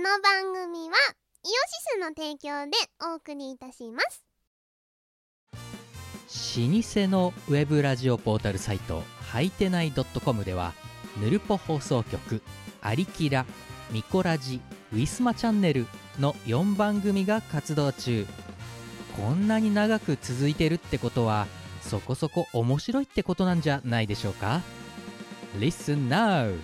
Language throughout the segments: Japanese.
の番組はイオシスの提供でお送りいたします。 老舗のウェブラジオポータルサイトはいてない .com ではぬるぽ放送局、アリキラ、ミコラジ、ウィスマチャンネルの4番組が活動中。こんなに長く続いてるってことはそこそこ面白いってことなんじゃないでしょうか。 Listen now。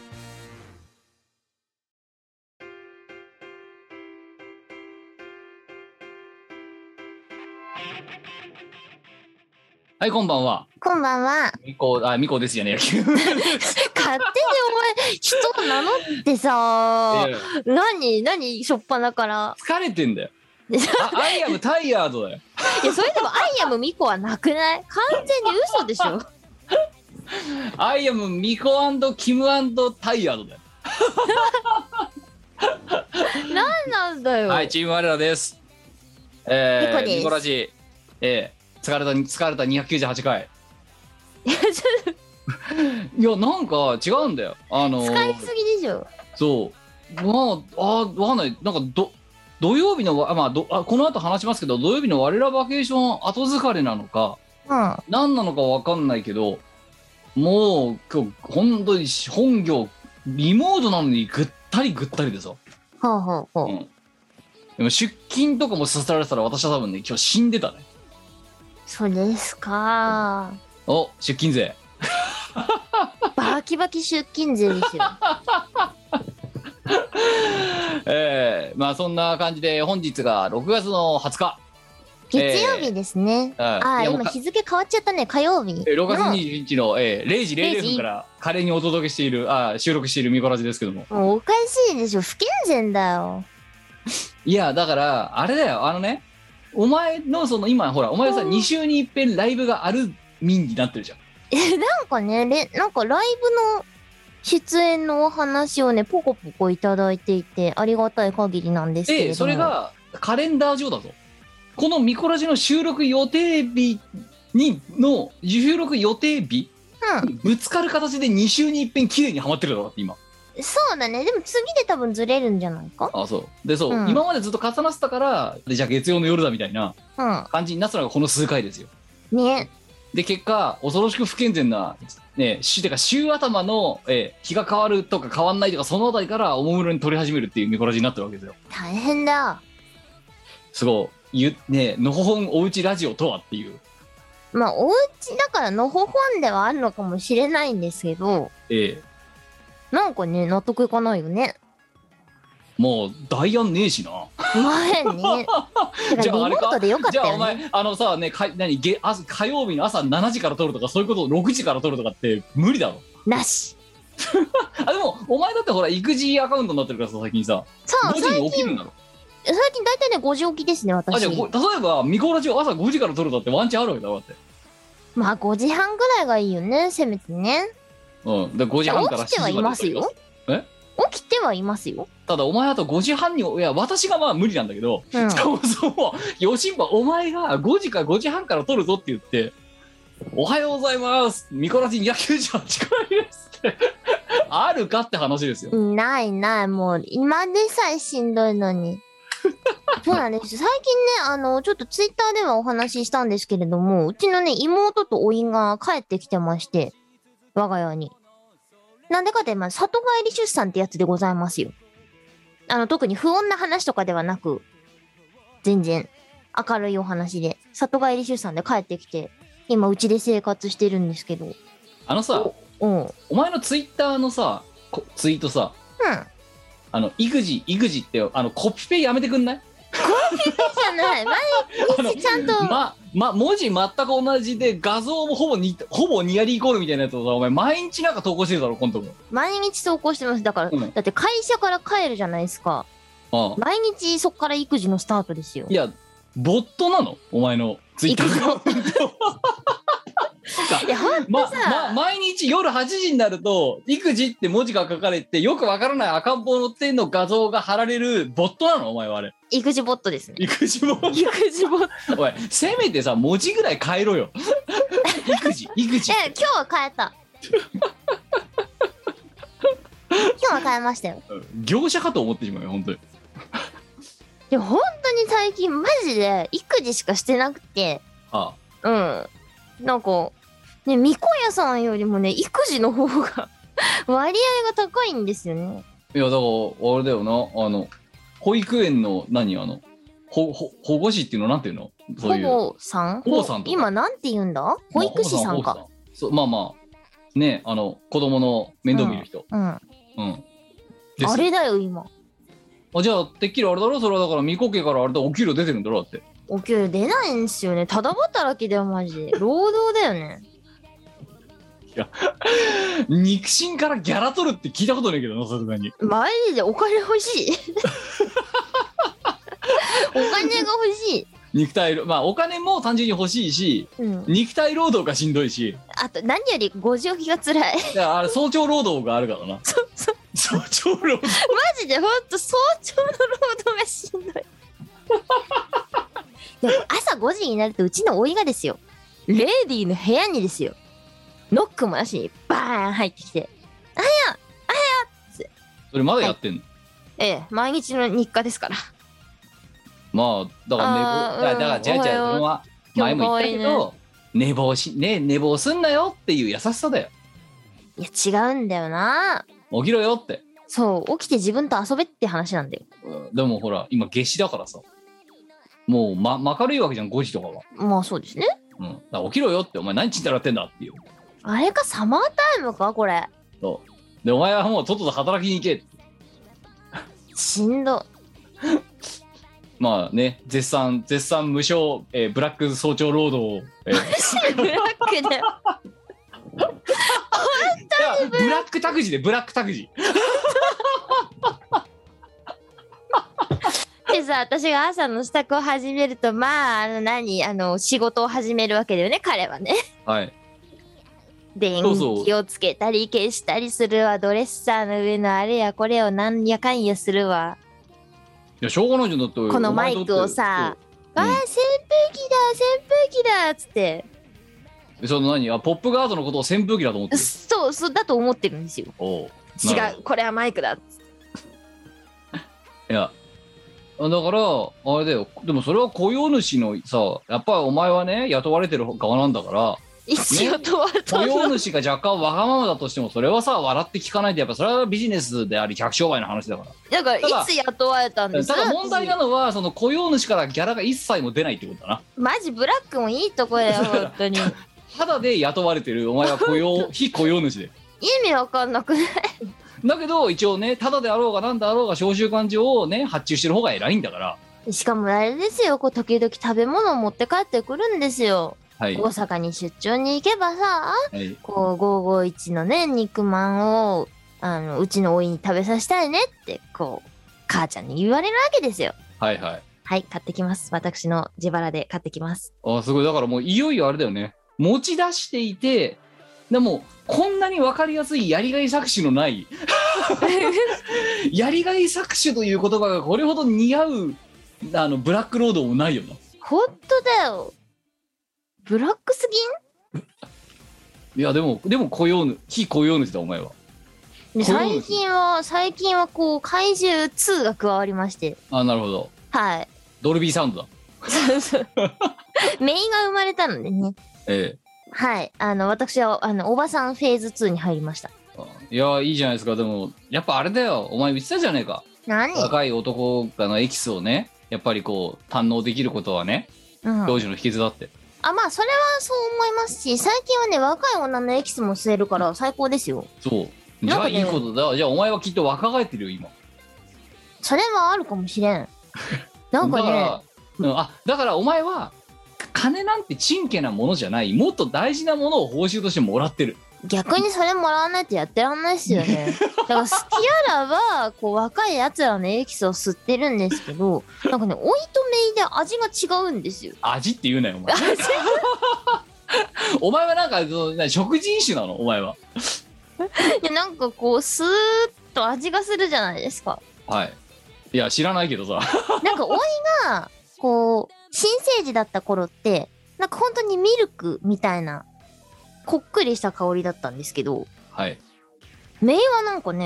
はい、こんばんは。 こんばんは。 みこですじゃねえや。 勝手にお前人を名乗ってさ、何しょっぱなから。 疲れてんだよ。アイアムタイヤードだよ。 いや、それでもアイアムミコはなくない？完全に嘘でしょ。 アイアムミコ&キム&タイヤードだよ。 何なんだよ。 はい、チーム我らです。 ミコです。 ミコラジ、疲れた298回。いや、なんか違うんだよ。 使いすぎでしょ。 そう。わかんない。なんか土曜日のこの後話しますけど、土曜日の我らバケーション後疲れなのか、何なのかわかんないけど、もう今日本当に本業リモートなのにぐったりでさ。でも出勤とかもさせられてたら私は多分ね今日死んでたね。 そうですか。 お、出勤税。 バキバキ出勤税ですよ。 まあそんな感じで本日が6月の20日月曜日ですね。今日付変わっちゃったね。火曜日 6月21日の、0時00分から華麗にお届けしている収録しているミコラジですけども、 もうおかしいでしょ。不健全だよ。 いやだからあれだよ、お前のその今ほらお前さ2週に一遍ライブがある民になってるじゃん。 なんかね、なんかライブの出演のお話をねポコポコいただいていてありがたい限りなんですけれども、 それがカレンダー上だぞ。このミコラジの収録予定日の収録予定日、ぶつかる形で2週に一遍綺麗にはまってるだろって今。 そうだね。でも次で多分ずれるんじゃないか。 そうで、今までずっと重なってたからじゃあ月曜の夜だみたいな感じになってたのがこの数回ですよね。 で結果恐ろしく不健全なね、週頭の、日が変わるとか変わんないとかそのあたりからおもむろに撮り始めるっていうミコラジになってるわけですよ。 大変だ。 すごいのほほんおうちラジオとはっていう。 まあおうちだからのほほんではあるのかもしれないんですけど、なんかね納得いかないよね。 もう代案ねえしな。 前ね。じゃあリモートでよかったよね。 じゃあお前さね火曜日の朝7時から撮るとかそういうことを6時から撮るとかって無理だろ。 なし。 でもお前だってほら育児アカウントになってるからさ最近さ。 そう 5時に起きるんだろ。 最近大体ね5時起きですね私。 じゃあ例えばミコラジオ朝5時から撮るだってワンチャンあるわけだろだって。 まあ5時半ぐらいがいいよねせめてね。 で5時半から7時まで。 起きてはいますよ。起きてはいますよ。 ただお前あと5時半に私がまあ無理なんだけど、そもそもよしんばお前が5時か5時半から撮るぞって言っておはようございますミコラジ298回ですってあるかって話ですよ。 ないもう今でさえしんどいのに。そうなんです。最近ねちょっとツイッターではお話ししたんですけれども、うちのね妹と甥が帰ってきてまして、我が家に。なんでかって里帰り出産ってやつでございますよ。特に不穏な話とかではなく、全然明るいお話で里帰り出産で帰ってきて今うちで生活してるんですけど、 お前のツイッターのさツイートさ、育児ってコピペやめてくんない？ コピペじゃない。毎日ちゃんと文字全く同じで画像もほぼニアリーイコールみたいなやつをさお前毎日なんか投稿してるだろ今度も。毎日投稿してます。だから、だって会社から帰るじゃないですか。毎日そっから育児のスタートですよ。 いやボットなのお前のツイッターのいやほんとさ、毎日夜8時になると育児って文字が書かれてよくわからない赤ん坊の手の画像が貼られるボットなのお前は。あれ育児ボットですね。 育児ボットおいせめてさ文字ぐらい変えろよ育児今日は変えた。 今日は変えましたよ。 業者かと思ってしまうよ本当に。 でも本当に最近マジで育児しかしてなくて、 あうん。なんか、ね、みこやさんよりもね、育児の方が割合が高いんですよね。 いやだからあれだよな、保育園の保護士っていうのなんていうの、そういう保護さん保護さんとか今なんて言うんだ、保育士さんか。 そうまあまあね、子供の面倒見る人。 うん。 うんあれだよ今。 じゃあてっきりあれだろ、それはだからみこ家からあれだ、お給料出てるんだろだって。 お給料出ないんですよね。ただ働きだよマジで。労働だよね。 肉親からギャラ取るって聞いたことないけどな、さすがに。 マジでお金欲しい。お金が欲しい。 肉体、まあお金も単純に欲しいし、 うん、 肉体労働がしんどいし、 あと何よりご時起きが辛い。 だからあれ早朝労働があるからな。早朝労働。 マジでほんと早朝の労働がしんどい。でも朝5時になるとうちの甥がですよ、レディーの部屋にですよ、ノックもなしにバーン入ってきて、あやって。 それまだやってんの？ ええ、毎日の日課ですから。 まあだからだから違う違う、それは前も言ったけど、寝坊すんなよっていう優しさだよ。 いや違うんだよな。 起きろよって。 そう起きて自分と遊べって話なんだよ。 でもほら今夏至だからさ、もう明るいわけじゃん5時とかは。 まあそうですね。 うん、だから起きろよって、お前何ちんたらってんだっていう。 あれかサマータイムかこれ。 そうで、お前はもうとっとと働きに行けって。 しんど。 まあね、絶賛無償、ブラック早朝労働を、 ブラックだよ。 本当にブラック託児で、ブラック託児。 でさ、私が朝の支度を始めると、まあ仕事を始めるわけだよね彼はね。 はい。 電気をつけたり消したりするわ、ドレッサーの上のあれやこれをなんやかんやするわ。 いやしょうがないじゃん、だってこのマイクをさ、扇風機だっつって。 そのポップガードのことを扇風機だと思ってる。 そうだと思ってるんですよ。 おう、 違う、これはマイクだっつって。 いやだからあれだよ、でもそれは雇用主のさ、やっぱりお前はね雇われてる側なんだから、 一応雇われた雇用主が若干わがままだとしても、それはさ笑って聞かないと、やっぱそれはビジネスであり客商売の話だから。 だからいつ雇われたんですか。 ただ問題なのは、その雇用主からギャラが一切も出ないってことだな。 マジブラックもいいとこだよ本当に。 ただで雇われてるお前は非雇用主で。 意味わかんなくない？ だけど一応ね、ただであろうがなんだあろうが召集感情をね発注してる方が偉いんだから。 しかもあれですよ、こう時々食べ物を持って帰ってくるんですよ。はい、大阪に出張に行けばさ、はい、こう551のね肉まんをうちのおいに食べさせたいねってこう母ちゃんに言われるわけですよ。はいはいはい、買ってきます。私の自腹で買ってきます。 あ、すごい。だからもういよいよあれだよね、持ち出していて、でもこんなに分かりやすいやりがい搾取のないやりがい搾取という言葉がこれほど似合うブラックロードもないよな。 ほんとだよ、ブラックすぎん？ いやでも非雇用主だお前は。 で最近はこう怪獣2が加わりまして。 あ、なるほど。はい。ドルビーサウンドだ。 メインが生まれたのでね。ええ。はい。私はおばさんフェーズ2に入りました。 いやいいじゃないですか。でもやっぱあれだよ、お前言ってたじゃねえか。 何？ 若い男がのエキスをね、やっぱりこう堪能できることはね、長寿の秘訣だって。 あ、まあそれはそう思いますし、最近はね若い女のエキスも吸えるから最高ですよ。 そう。じゃあいいことだ。じゃあお前はきっと若返ってるよ今。 それはあるかもしれん。なんかね。 だからお前は金なんてちんけなものじゃない、もっと大事なものを報酬としてもらってる。逆にそれもらわないとやってらんないですよね。だから好きやらはこう若いやつらのエキスを吸ってるんですけど、なんかね、おいとめいで味が違うんですよ。味って言うなよお前。お前はなんか食人種なのお前は。 いやなんかこうスーッと味がするじゃないですか。はい。 いや知らないけどさ。 なんかおいがこう新生児だった頃ってなんか本当にミルクみたいなこっくりした香りだったんですけど、はい。メイはなんかね、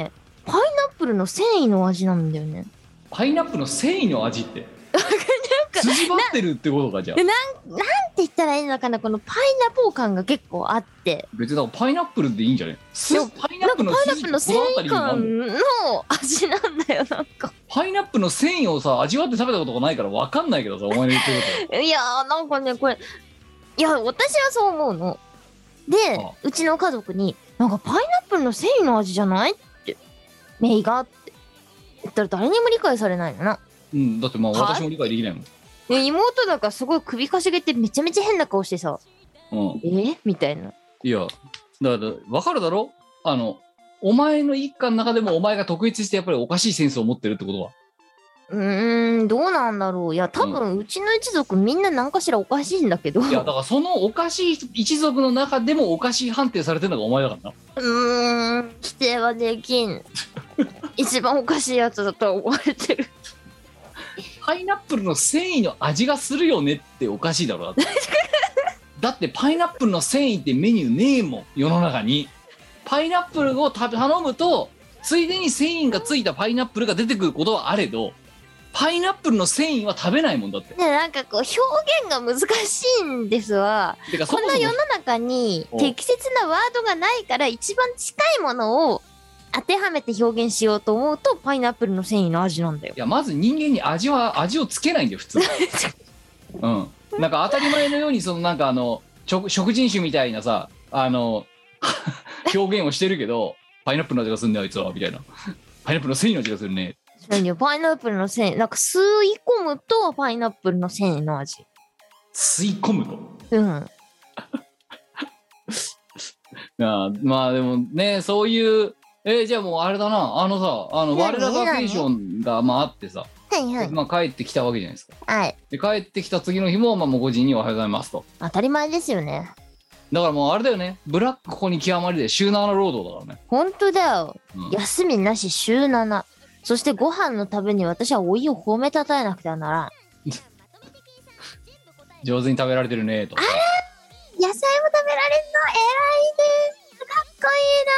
パイナップルの繊維の味なんだよね。 パイナップルの繊維の味って筋張ってるってことか。じゃあなんて言ったらいいのかな、このパイナポー感が結構あって、 別にだからパイナップルでいいんじゃね。パイナップルの繊維感の味なんだよ。なんかパイナップルの繊維をさ味わって食べたことがないから分かんないけどさ、お前の言ってることいやーなんかねこれ、いや私はそう思うので、うちの家族になんかパイナップルの繊維の味じゃないってメイがって言ったら誰にも理解されないのな。 うん、だってまあ私も理解できないもん。 妹なんかすごい首かしげてめちゃめちゃ変な顔してさ、みたいな。いやだから分かるだろ、お前の一家の中でもお前が特別してやっぱりおかしいセンスを持ってるってことは。 どうなんだろう。いや多分うちの一族みんな何かしらおかしいんだけど、 いやだからそのおかしい一族の中でもおかしい判定されてるのがお前だからな。否定はできん一番おかしいやつだと思われてる。 パイナップルの繊維の味がするよねっておかしいだろ。だってだってパイナップルの繊維ってメニューねえもん世の中に。パイナップルを頼むとついでに繊維がついたパイナップルが出てくることはあれど、パイナップルの繊維は食べないもんだって。 ね、なんかこう表現が難しいんですわ。 てかこんな世の中に適切なワードがないから一番近いものを当てはめて表現しようと思うとパイナップルの繊維の味なんだよ。 いやまず人間に味をつけないんだよ普通うんなんか当たり前のようにそのなんか食人種みたいなさ表現をしてるけど、パイナップルの味がするねあいつはみたいなパイナップルの繊維の味がするね。 パイナップルの繊維なんか吸い込むとパイナップルの繊維の味。 吸い込むとまあでもねそういうじゃあもうあれだな我らバケーションがまああってさ、まあ帰ってきたわけじゃないですか。 はい。 で帰ってきた次の日もまあもう5時におはようございますと。 当たり前ですよね。 だからもうあれだよね、ブラックここに極まりで週7労働だからね。 本当だよ、休みなし週7。そしてご飯のために私は老いを褒めたたえなくてはならん。 上手に食べられてるねと。 あら野菜も食べられんの偉いですかっこ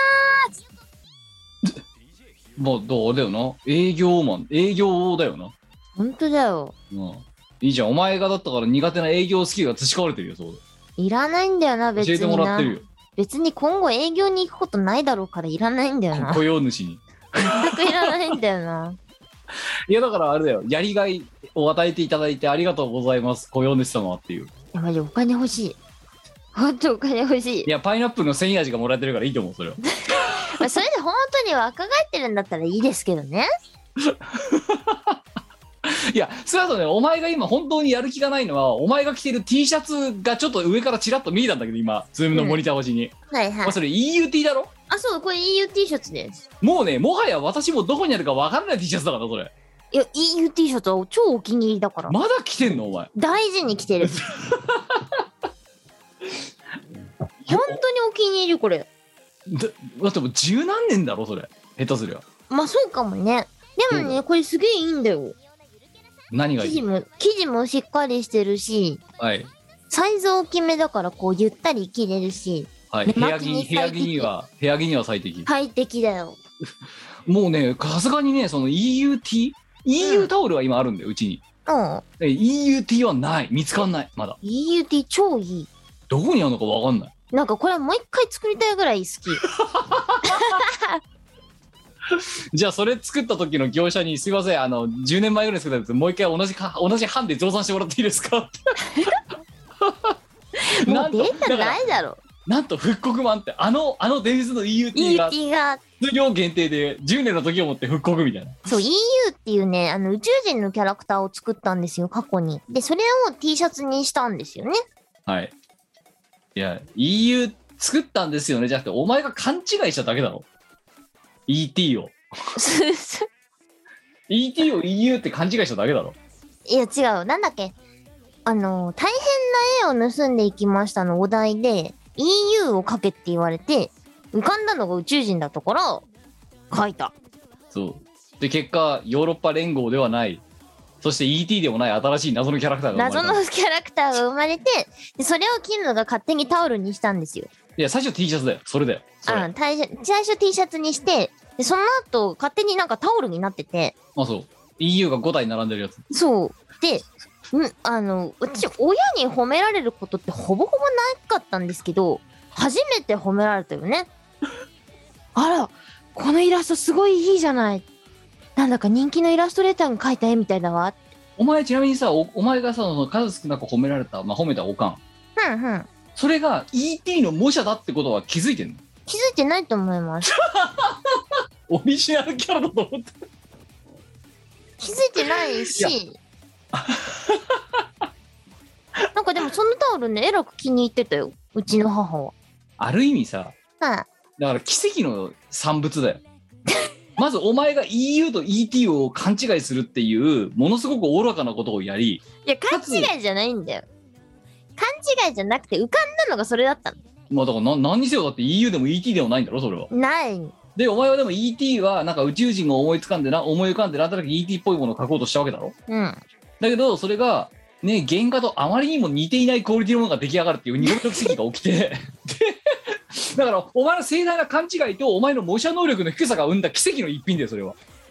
いいなもうどうだよな、営業だよな。 本当だよ。 いいじゃん、お前がだったから苦手な営業スキルが培われてるよ。そうだ、 いらないんだよな別にな。 教えてもらってるよ。 別に今後営業に行くことないだろうからいらないんだよな。 雇用主に全くいらないんだよな。 いやだからあれだよ、やりがいを与えていただいてありがとうございます雇用主様っていう。 やばいお金欲しい。本当お金欲しい。 いやパイナップルの繊維味がもらえてるからいいと思うそれは。 それで本当に若返ってるんだったらいいですけどね。 いやそれだとね、お前が今本当にやる気がないのはお前が着てる T シャツがちょっと上からチラッと見えたんだけど今ズームのモニター越しに、 はいはい。 それ EUT だろ。 あ、そう、これ EUT シャツです。 もうね、もはや私もどこにあるか分からない T シャツだからそれ。 いや EUT シャツは超お気に入りだから。 まだ着てんのお前。 大事に着てる。本当にお気に入りこれ。 だってもう十何年だろそれ、下手すりゃ。 まあそうかもね。でもね、これすげえいいんだよ。 何がいい？ 生地もしっかりしてるし、 はい、 サイズ大きめだからこうゆったり着れるし、 はい、部屋着には最適。 快適だよ。 もうね、さすがにね、その EU タオルは今あるんだようちに。EUT はない、見つかんない、まだ。 EUT 超いい。 どこにあるのか分かんない。 なんかこれもう一回作りたいぐらい好き。 じゃあそれ作った時の業者にすいません10年前ぐらい作ったやつもう一回同じ版で増産してもらっていいですかって。 もうデータないだろ。 なんと復刻版って伝説の EUT が数量限定で10年の時をもって復刻みたいな。 そう EU っていうね宇宙人のキャラクターを作ったんですよ過去に。でそれを T シャツにしたんですよね。はい。 いや EU 作ったんですよねじゃなくてお前が勘違いしただけだろ。ET をET を EU って勘違いしただけだろ。 いや違う、なんだっけ大変な絵を盗んでいきましたのお題で EU を書けって言われて浮かんだのが宇宙人だったから書いた。 そうで結果ヨーロッパ連合ではない、そして ET でもない新しい謎のキャラクターが生まれた。 謎のキャラクターが生まれてでそれをキヌが勝手にタオルにしたんですよ。 いや最初 T シャツだよ、それだよそれ。 最初 T シャツにしてで、その後、勝手になんかタオルになってて。 あ、そう。EU が5体並んでるやつ。 そう。で、私、親に褒められることってほぼほぼなかったんですけど、初めて褒められたよね。あら、このイラストすごいいいじゃない。なんだか人気のイラストレーターが描いた絵みたいだわ。 お前ちなみにさ、お前がさ、その数少なく褒められた、まあ褒めたおかん。 うんうん。 それが ET の模写だってことは気づいてんの？ 気づいてないと思います。 オリジナルキャラだと思って。 気づいてないし。なんかでもそのタオルね、えらく気に入ってたよ。うちの母は。 ある意味さ、 はい。 だから奇跡の産物だよ。まずお前が EU と ET を勘違いするっていうものすごくおおらかなことをやり、 いや、勘違いじゃないんだよ。勘違いじゃなくて浮かんだのがそれだったの。 まあだから何にせよだって EU でも ET でもないんだろそれは。 ない。 でお前はでも ET はなんか宇宙人が思い浮かんでなんとなく ET っぽいものを描こうとしたわけだろ。 うん。 だけどそれがね原画とあまりにも似ていないクオリティのものが出来上がるっていう二度の奇跡が起きてでだからお前の盛大な勘違いとお前の模写能力の低さが生んだ奇跡の一品だよそれは。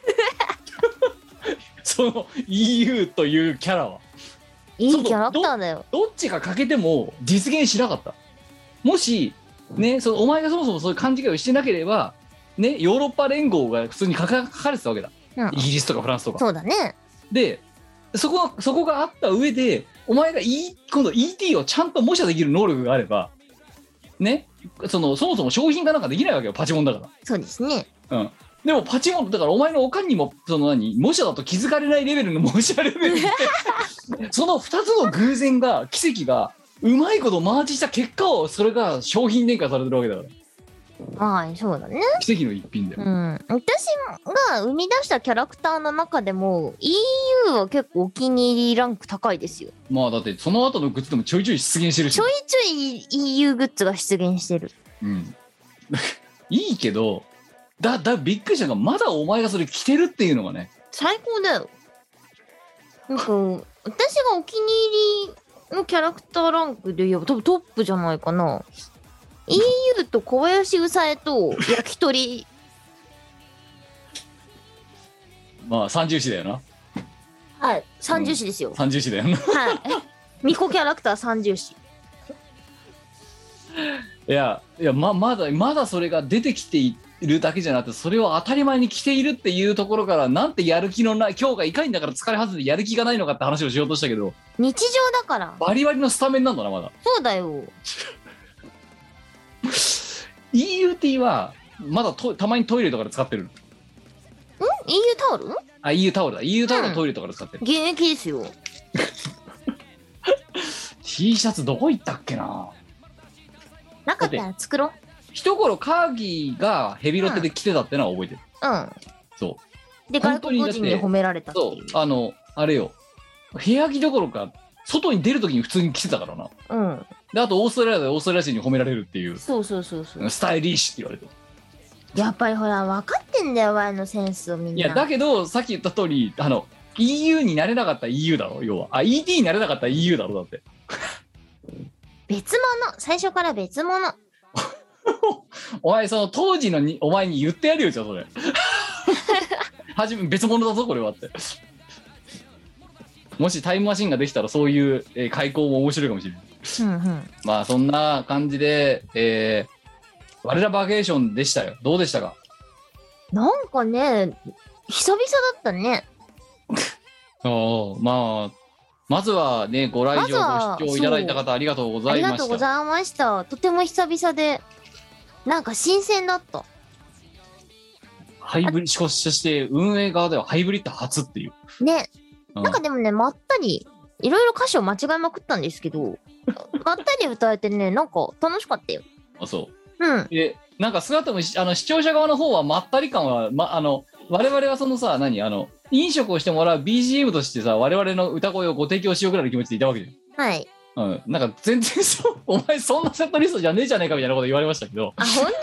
その EU というキャラはいいキャラクターだよ。 どっちが欠けても実現しなかった。もしねそのお前がそもそもそういう勘違いをしてなければねヨーロッパ連合が普通に書かれてたわけだ、 うん、 イギリスとかフランスとか。 そうだね。 でそこがあった上でお前が、今度 ET をちゃんと模写できる能力があればねそもそも商品化なんかできないわけよパチモンだから。 そうですね。 うん。でもパチモンだからお前のおかんにもその模写だと気づかれないレベルの模写レベルでその2つの偶然が奇跡がうまいことマーチした結果をそれが商品展開されてるわけだから。 はい、そうだね。 奇跡の一品だよ。 うん。私が生み出したキャラクターの中でも EU は結構お気に入りランク高いですよ。 まあだってその後のグッズでもちょいちょい出現してるし。 ちょいちょい EU グッズが出現してる。 うん。いいけどびっくりしたがまだお前がそれ着てるっていうのがね。 最高だよ。なんか私がお気に入りのキャラクターランクで言えば多分トップじゃないかな。EU と小林うさえと焼き鳥。 まあ三重視だよな。 はい、三重視ですよ。 三重視だよな。 はい。巫女キャラクター三重視。 いやまだそれが出てきているだけじゃなくてそれを当たり前に着ているっていうところからなんてやる気のない今日がいかにだから疲れはずでやる気がないのかって話をしようとしたけど日常だからバリバリのスタメンなんだなまだ。 そうだよ。 EUT はまだたまにトイレとかで使ってる。 EU タオル？ あ EU タオルだ EU タオルはトイレとかで使ってる、 現役ですよ。 T シャツどこ行ったっけな。 なかったら作ろう。 一頃カーギーがヘビロテで着てたってのは覚えてる、そうで外国人に褒められたっていう。 そうあれよ部屋着どころか外に出るときに普通に着てたからな。 うんであとオーストラリアでオーストラリア人に褒められるっていうそうスタイリッシュって言われて。 やっぱりほら分かってんだよワイのセンスをみんな。 いやだけどさっき言った通りEU になれなかった EU だろ要はET になれなかった EU だろだって別物最初から別物。 お前その当時のお前に言ってやるよじゃあそれ初め別物だぞこれはってもしタイムマシンができたらそういう、開口も面白いかもしれない。まあそんな感じで、我らバケーションでしたよ。どうでしたか？ なんかね久々だったね。 まずはねご来場ご視聴いただいた方ありがとうございました。 ありがとうございました。とても久々でなんか新鮮だった。 ハイブリそして運営側ではハイブリッド初っていうね、なんかでもねまったりいろいろ歌詞を間違えまくったんですけどまったり歌えてねなんか楽しかったよ。 あそううんなんか少なくとも視聴者側の方はまったり感は、我々はそのさ飲食をしてもらう BGM としてさ我々の歌声をご提供しようぐらいの気持ちでいたわけじゃん。はい。うん、なんか全然お前そんなセットリストじゃねえじゃねえかみたいなこと言われましたけど。あ本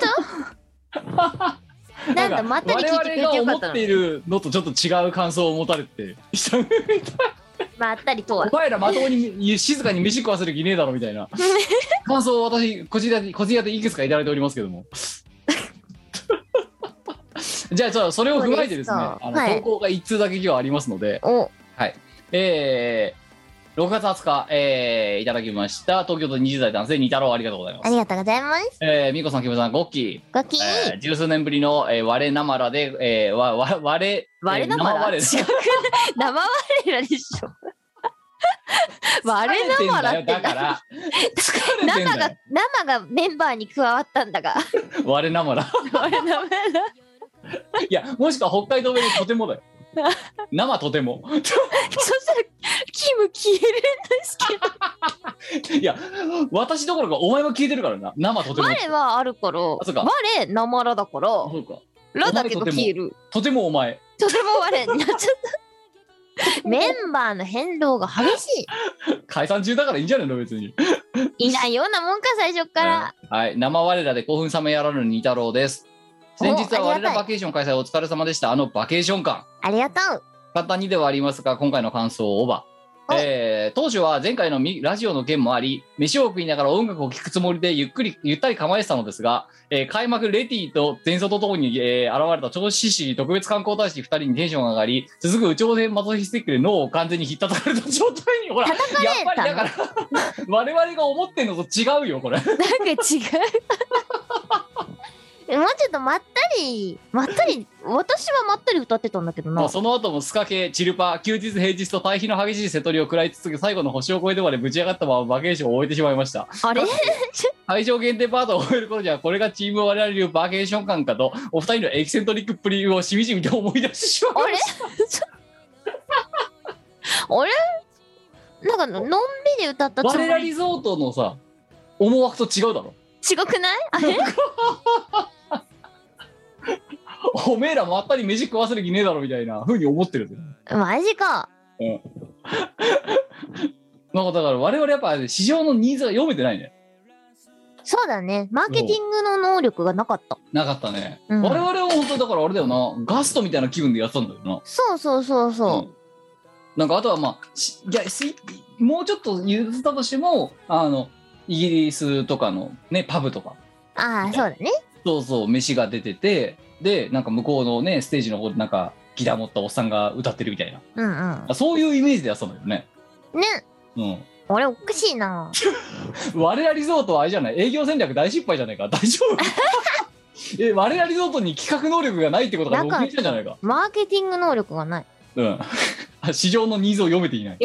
当？なんだまったり聞いてくれてよかったの。我々が思っているのとちょっと違う感想を持たれてまったりとはお前らまともに静かに飯食わせる気ねえだろみたいな感想を私こちらでいくつかいただいておりますけどもじゃあそれを踏まえてですね、 はい、 投稿が1通だけ今日ありますので、 お、 はい、6月20日、いただきました東京都20代男性に太郎、ありがとうございます。 ありがとうございます。 みこさん、きむさん、ごっきごきー、 十数年ぶりの、我なまらで、我なまら違く生我らでしょ。我なまらってだから生がメンバーに加わったんだが我なまら我なまらいや、もしくは北海道弁にとてもだよ生とてもそしたらキム消えるんですけどいや、私どころかお前も消えてるからな、生とても。 我はあるから、 そうか、 我なまらだから、 そうか、 らだけど消える。 とてもお前。 とても我になっちゃった。メンバーの変動が激しい。 解散中だからいいんじゃないの別に。 いないようなもんか最初から。 はい、生我らで興奮冷めやらぬ二太郎です。先日は我らバケーション開催お疲れ様でした。バケーション感。 ありがとう。 簡単にではありますが、今回の感想をオーバー。当初は前回のラジオの件もあり、飯を食いながら音楽を聴くつもりでゆったり構えてたのですが、開幕レティと前奏とともに、現れた銚子市特別観光大使2人にテンションが上がり、続く有頂天マゾヒスティックで脳を完全にひったたかれた状態に、ほら、やっぱりだから我々が思ってんのと違うよこれ。なんか違う。もうちょっとまったり私はまったり歌ってたんだけどな。 その後もスカ系、チルパ、休日平日と対比の激しい瀬取りを食らいつつ、最後の星を越えてまでぶち上がったままバケーションを終えてしまいました。 あれ会場限定パートを終える頃には、これがチーム我々流バケーション感かと、お二人のエキセントリックっぷりをしみじみと思い出してしまいました。 あれなんかのんびり歌ったつもり。 我らリゾートのさ、思惑と違うだろ。 違くない？あれおめえらまったり飯食わせる気ねえだろみたいな風に思ってる。 マジか。 なんかだから我々やっぱ市場のニーズが読めてないね。 そうだね。マーケティングの能力がなかった。 なかったね。我々は本当だからあれだよな、ガストみたいな気分でやってたんだよな。 そう。 なんかあとはまあもうちょっと譲ったとしてもイギリスとかのねパブとか。 ああそうだね。 そう飯が出てて、でなんか向こうのねステージの方でなんかギター持ったおっさんが歌ってるみたいな、そういうイメージでやってたんだよね。俺おかしいな。 我らリゾートはあれじゃない、営業戦略大失敗じゃないか。大丈夫我らリゾートに企画能力がないってことが起きてるんじゃないか。 マーケティング能力がない。 市場のニーズを読めていない。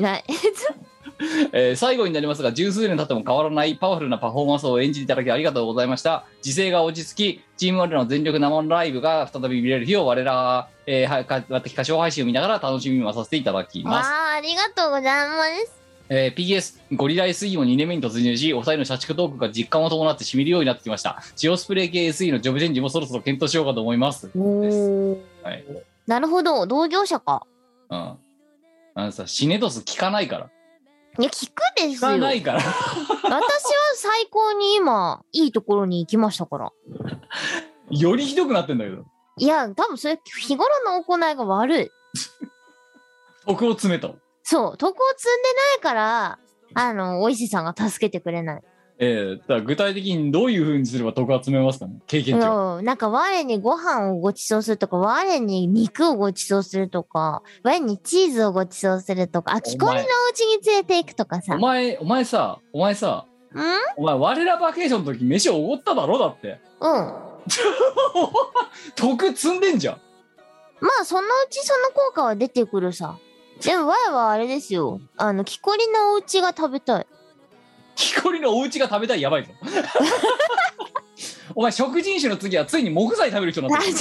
最後になりますが、十数年経っても変わらないパワフルなパフォーマンスを演じていただきありがとうございました。時勢が落ち着き、チーム我らの全力生ライブが再び見れる日を我ら、私歌唱配信を見ながら楽しみにさせていただきます。 ありがとうございます。 PS ゴリラ SE も2年目に突入し、お二人の社畜トークが実感を伴ってしみるようになってきました。ジオスプレー系 SE のジョブチェンジもそろそろ検討しようかと思います。 なるほど、同業者か。 シネドス聞かないから。 いや聞くですよ。 聞かないから。私は最高に今いいところに行きましたから。 よりひどくなってんだけど。 いや多分それ日頃の行いが悪い。 徳を詰めた。 そう、徳を積んでないからお伊勢さんが助けてくれない。 だから具体的にどういう風にすれば徳を集めますかね、経験値。 なんか我にご飯をご馳走するとか、我に肉をご馳走するとか、我にチーズをご馳走するとか、木こりのうちに連れていくとかさ。 お前さ、お前我らバケーションの時飯をおごっただろ。だって徳積んでんじゃん。 まあそのうちその効果は出てくるさ。でも我はあれですよ、木こりのお家が食べたい。 木こりのお家が食べたい、やばいぞ。お前食人種の次はついに木材食べる人になってる。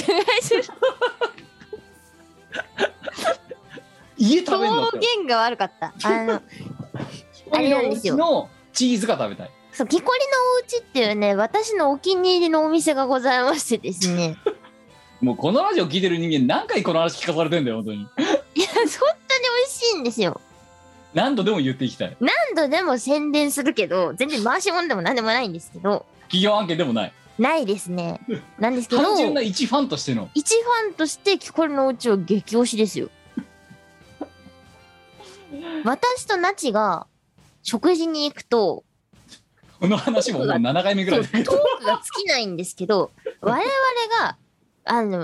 家食べんのって表現が悪かった。あれなんですよ、 のチーズが食べたい。 そう、木こりのお家っていうね、私のお気に入りのお店がございましてですね。 もうこのラジオ聞いてる人間何回この話聞かされてんだよ本当に。いや本当に美味しいんですよ。 何度でも言っていきたい。 何度でも宣伝するけど、全然回し物でも何でもないんですけど。 企業案件でもない。 ないですね。なんですけど。 単純な一ファンとしての。 一ファンとして木こりのお家を激推しですよ。私とナチが食事に行くと。 この話ももう7回目ぐらいだけど。 トークが尽きないんですけど、我々が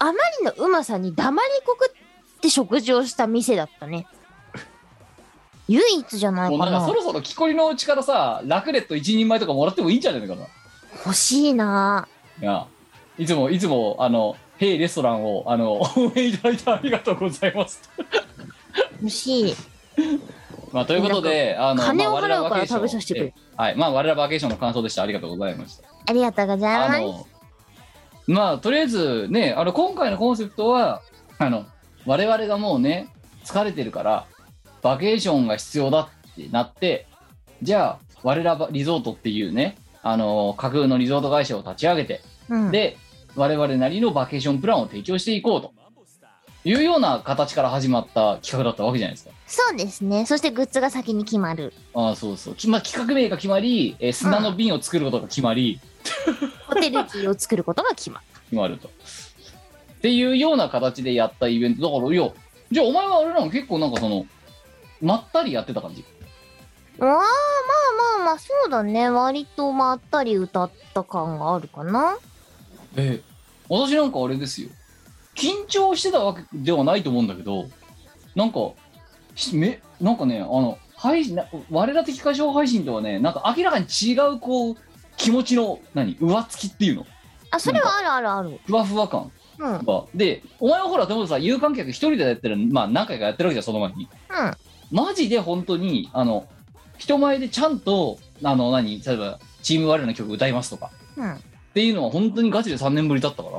あまりのうまさに黙りこくって食事をした店だったね。唯一じゃないもうかな。 なんかそろそろ木こりのうちからさ、ラクレット一人前とかもらってもいいんじゃないのかな。 欲しいな。 いや、いつもヘイレストランを応援いただいてありがとうございます欲しい。 まあということで、 金を払うから我らバケーション食べさせてくれ。 はい、まあ我らバケーションの感想でした。ありがとうございました。 ありがとうございます。 まあとりあえずね、今回のコンセプトは我々がもうね疲れてるからバケーションが必要だってなって、じゃあ我らリゾートっていうね架空のリゾート会社を立ち上げて、 うん、 で我々なりのバケーションプランを提供していこうというような形から始まった企画だったわけじゃないですか。 そうですね。そしてグッズが先に決まる。 ああ、そうそう。企画名が決まり、砂の瓶を作ることが決まり、 ホテルキーを作ることが決まる。 決まると。っていうような形でやったイベントだから、いや、じゃあお前はあれなの、結構なんかまったりやってた感じ。 まあまあまあまあ、そうだね。割とまったり歌った感があるかな。 私なんかあれですよ。緊張してたわけではないと思うんだけど、なんかね、我ら的歌唱配信とはね、なんか明らかに違う気持ちの上っつきっていうの。 あ、それはあるあるある。 ふわふわ感。 うん。 で、お前はほら、でもさ、有観客一人でやってる、まあ何回かやってるわけじゃん、その前に。マジで本当に、人前でちゃんと、例えば、チーム我らの曲歌いますとか、っていうのは本当にガチで3年ぶりだったから、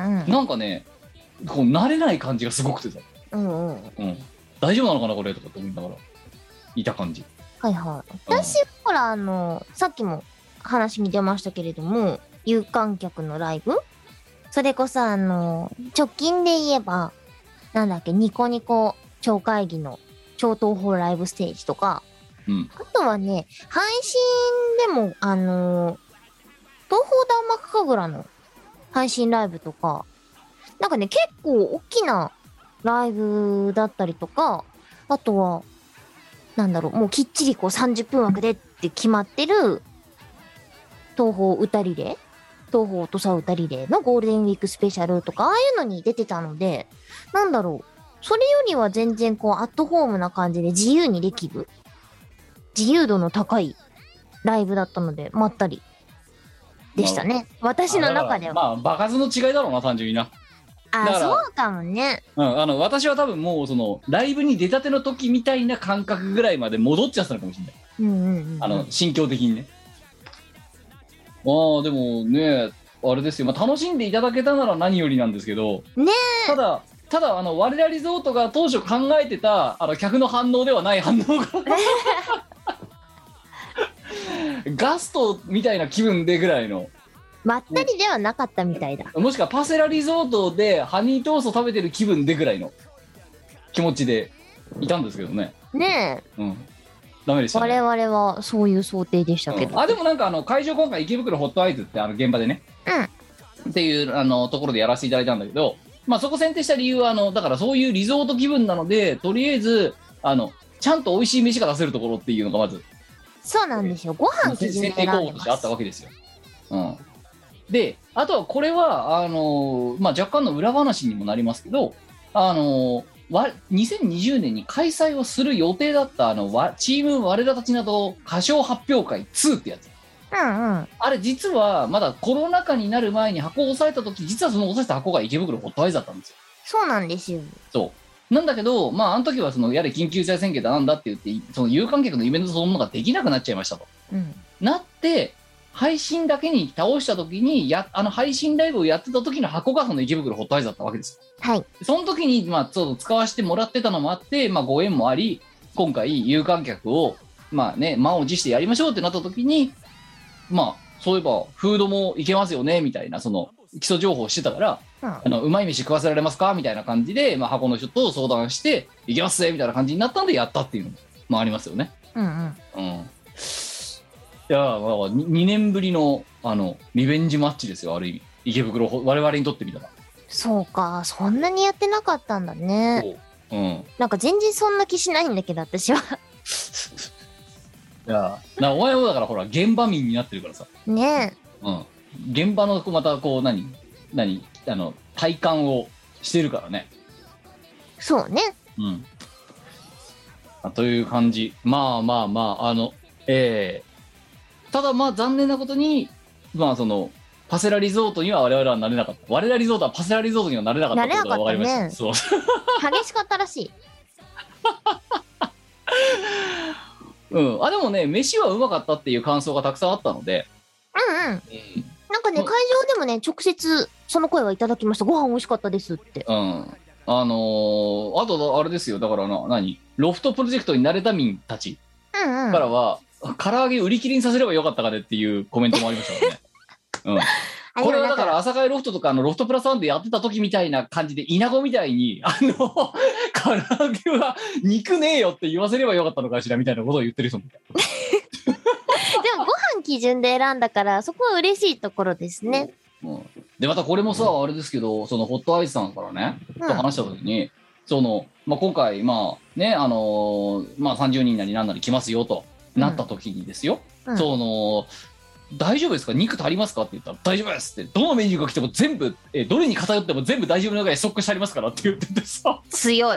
なんかね、慣れない感じがすごくてさ、大丈夫なのかなこれとかって思いながらいた感じ。 はいはい。私、ほら、さっきも話に出ましたけれども、有観客のライブ、それこそ直近で言えば、なんだっけ、ニコニコ超会議の超東宝ライブステージとか、あとはね、配信でも、東宝ダンマク神楽の配信ライブとか、なんかね、結構大きなライブだったりとか、あとは、なんだろう、もうきっちり30分枠でって決まってる、東宝歌リレー、東宝土佐歌リレーのゴールデンウィークスペシャルとか、ああいうのに出てたので、なんだろう、それよりは全然アットホームな感じで自由にできる、自由度の高いライブだったので、まったりでしたね。私の中では。 まあ、場数の違いだろうな、単純にな。 そうかもね。 私は多分もうライブに出たての時みたいな感覚ぐらいまで戻っちゃったのかもしれない。心境的にね。でもね、あれですよ、楽しんでいただけたなら何よりなんですけど、 ね、 ただ我らリゾートが当初考えてた客の反応ではない反応がガストみたいな気分でぐらいの。 まったりではなかったみたいだ。 もしくはパセラリゾートでハニートースト食べてる気分でぐらいの気持ちでいたんですけどね。 ねえ。 ダメでしたね。 我々はそういう想定でしたけど。 でもなんか会場今回池袋ホットアイズって現場でね。っていうところでやらせていただいたんだけど、そこ選定した理由はだからそういうリゾート気分なので、とりあえずちゃんと美味しい飯が出せるところっていうのがまず。 そうなんですよ。ご飯基準で選んでます。 選定候補としてあったわけですよ。で、あとはこれは若干の裏話にもなりますけど、2020年に開催をする予定だったチーム我らたちなど歌唱発表会2ってやつ。あれ実はまだコロナ禍になる前に箱を押さえた時、実はその押さえた箱が池袋ホットアイズだったんですよ。 そうなんですよ。 そうなんだけど、あの時はやれ緊急事態宣言だなんだって言って、その有観客のイベントそのものができなくなっちゃいましたと、なって配信だけに倒した時に配信ライブをやってた時の箱がその池袋ホットアイズだったわけですよ。 はい。 その時にちょっと使わせてもらってたのもあって、ご縁もあり、今回有観客を満を持してやりましょうってなった時に、そういえばフードもいけますよねみたいな基礎情報をしてたから、うまい飯食わせられますかみたいな感じで、箱の人と相談していけますぜみたいな感じになったんでやったっていうのもありますよね。いや2年ぶりのリベンジマッチですよ、ある意味池袋我々にとってみたら。そうか、そんなにやってなかったんだね。なんか全然そんな気しないんだけど私は。 いやお前もだからほら現場民になってるからさ。 ね現場のまた体感をしてるからね。 そうね。 という感じ。ただまあ残念なことにそのパセラリゾートには我々はなれなかった。我らリゾートはパセラリゾートにはなれなかったことが分かりました。そう激しかったらしい。 でもね、飯はうまかったっていう感想がたくさんあったので。なんかね、会場でもね、直接その声はいただきました。ご飯美味しかったですって。あとあれですよ、だからロフトプロジェクトに慣れた民たちからは、唐揚げ売り切りにさせればよかったかねっていうコメントもありましたからね。これはだから朝会ロフトとかロフトプラスワンでやってた時みたいな感じで稲子みたいに唐揚げは肉ねえよって言わせればよかったのかしらみたいなことを言ってる人もいた。でもご飯基準で選んだからそこは嬉しいところですね。 でまたこれもさあれですけど、そのホットアイスさんからね、と話した時に今回30人なり何なり来ますよとなった時にですよ、大丈夫ですか、肉足りますかって言ったら大丈夫ですって、どのメニューが来ても全部どれに偏っても全部大丈夫なぐらいストックしてありますからって言っててさ、 強い。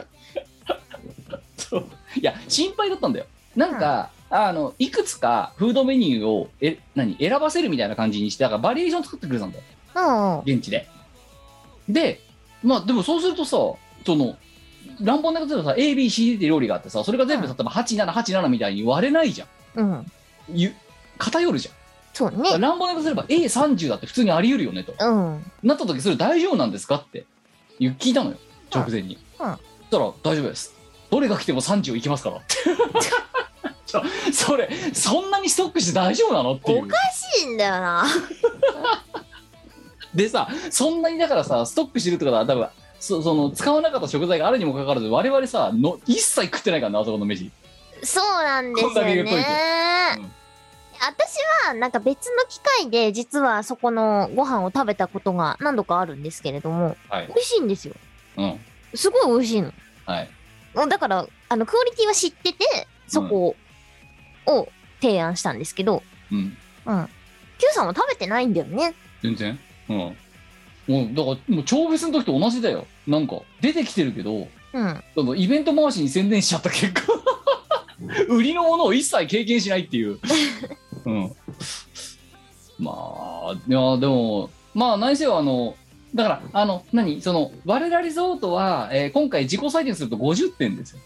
いや心配だったんだよ。いくつかフードメニューを選ばせるみたいな感じにして、だからバリエーション作ってくれたんだよ、現地で。ででもそうするとさ、乱暴なことでさ ABCD って料理があってさ、それが全部例えば8787みたいに割れないじゃん。偏るじゃん。 そうね。 乱暴なことすれば A30 だって普通にあり得るよねと、なった時それ大丈夫なんですかって聞いたのよ、直前に。そしたら大丈夫です、どれが来ても30いきますからってそんなにストックして大丈夫なのっていう。 おかしいんだよなでさ、そんなにだからさストックしてるってことは多分その使わなかった食材があるにもかかわらず我々さ一切食ってないからな、あそこの飯。 そうなんですよね。私はなんか別の機会で実はそこのご飯を食べたことが何度かあるんですけれども、美味しいんですよ。すごい美味しいの。だからクオリティは知っててそこを提案したんですけど、Q さんは食べてないんだよね。 全然。もうだからもう超フェスの時と同じだよ。なんか出てきてるけど、イベント回しに宣伝しちゃった結果売りのものを一切経験しないっていういやでも何せよだから我らリゾートは、今回自己採点すると50点ですよ。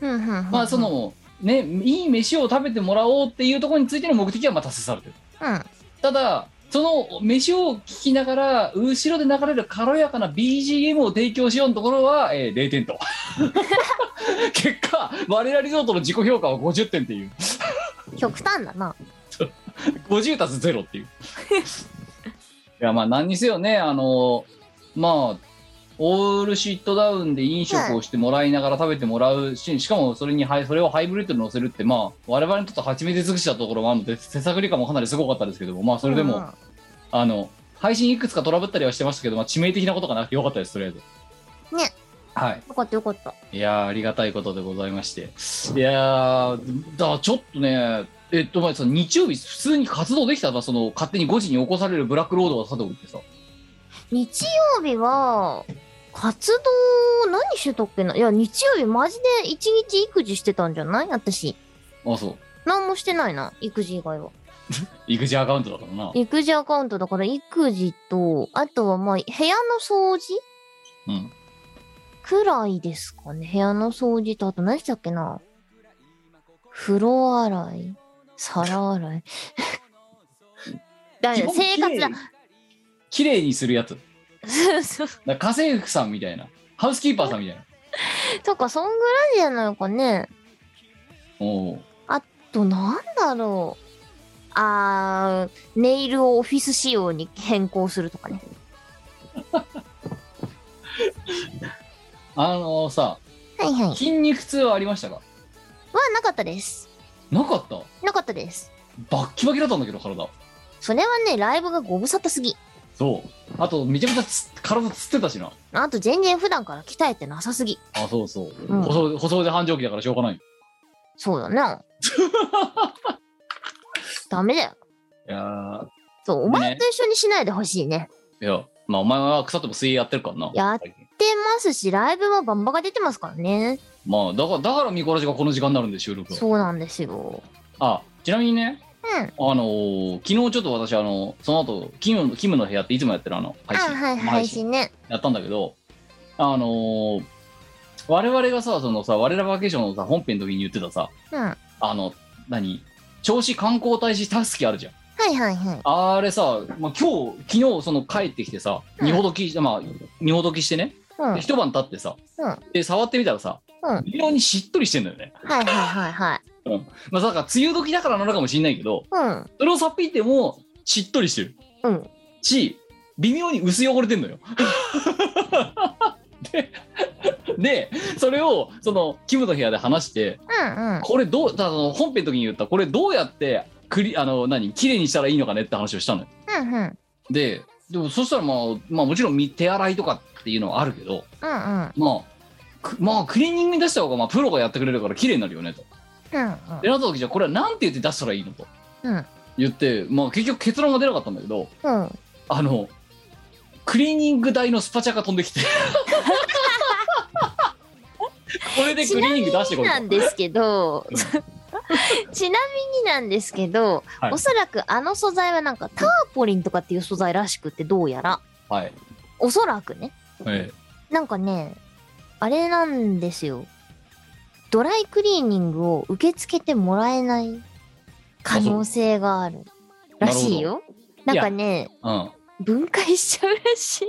いい飯を食べてもらおうっていうところについての目的は達成されてる。ただその飯を聞きながら後ろで流れる軽やかな BGM を提供しようのところは、0点と結果我らリゾートの自己評価は50点っていう極端だな 50足す0っていういや何にせよね、オールシットダウンで飲食をしてもらいながら食べてもらうしかもそれをハイブリッドに乗せるって我々にとって初めて尽くしたところもあるので手探り感もかなりすごかったですけども、それでも、配信いくつかトラブったりはしてましたけど、致命的なことがなくてよかったです、とりあえずね。よかったよかった。 いやありがたいことでございまして、いやだからちょっとねその日曜日普通に活動できたら勝手に5時に起こされるブラックロードがさておいてさ、 日曜日は活動何してたっけな。いや日曜日マジで一日育児してたんじゃない私。 そう何もしてないな、育児以外は育児アカウントだからな。 育児アカウントだから育児と、あとは部屋の掃除くらいですかね。部屋の掃除と、あと何したっけな。風呂洗い、皿洗い生活だ。 綺麗にするやつ。 そう家政婦さんみたいな、ハウスキーパーさんみたいなとかそんぐらいじゃないかね。あとなんだろう、ネイルをオフィス仕様に変更するとかね筋肉痛はありましたか？ なかったです。 なかったです。 バッキバキだったんだけど体。 それはね、ライブがご無沙汰すぎ。 そうあとめちゃめちゃ体つってたしな。 あと全然普段から鍛えてなさすぎ。 そう、細腕繁盛期だからしょうがない。 そうだなダメだよ。 いやそう、お前と一緒にしないでほしいね。 いやまあお前は腐っても水泳やってるからな。 やってますし、ライブもバンバが出てますからね。 まあだからミコラジがこの時間になるんで収録。 そうなんですよ。 あ、ちなみにね、 うん。 昨日ちょっと私その後キムの部屋っていつもやってる配信、 はい、配信ね。 やったんだけど、我々がさ、そのさ、我らバケーションのさ本編の時に言ってたさ、 うん。はい銚子観光大使たすきあるじゃん。 はいはい。 あれさ、まあ、昨日その帰ってきてさ、 うん二ほどきしてね、 うん。 で一晩経ってさ、 うん。 で触ってみたらさ、 うん。 微妙にしっとりしてんだよね。 はいはいはい。 まあだから梅雨時だからなのかもしんないけど、 うん。 それをさっぴいてもしっとりしてるうん。 し、微妙に薄汚れてんのよ。でそれをそのキムの部屋で話して、 うんうん。 これだからその本編の時に言ったこれどうやって綺麗にしたらいいのかねって話をしたのよ。 うんうん。 でもそしたらまあもちろん手洗いとかっていうのはあるけど、 うんうん。 まあクリーニングに出した方がプロがやってくれるから綺麗になるよねと。 うんでなった時じゃあこれはなんて言って出したらいいのとうん。 言って、結局結論が出なかったんだけど、 うん。 クリーニング台のスパチャが飛んできてこれでクリーニング出してこいと。 なんですけど、ちなみになんですけど、 はいおそらくあの素材はなんかターポリンとかっていう素材らしくて、どうやらはい。 おそらくね、 えなんかね、あれなんですよ、ドライクリーニングを受け付けてもらえない可能性があるらしいよ。なんかね、 うん。 分解しちゃうらしい。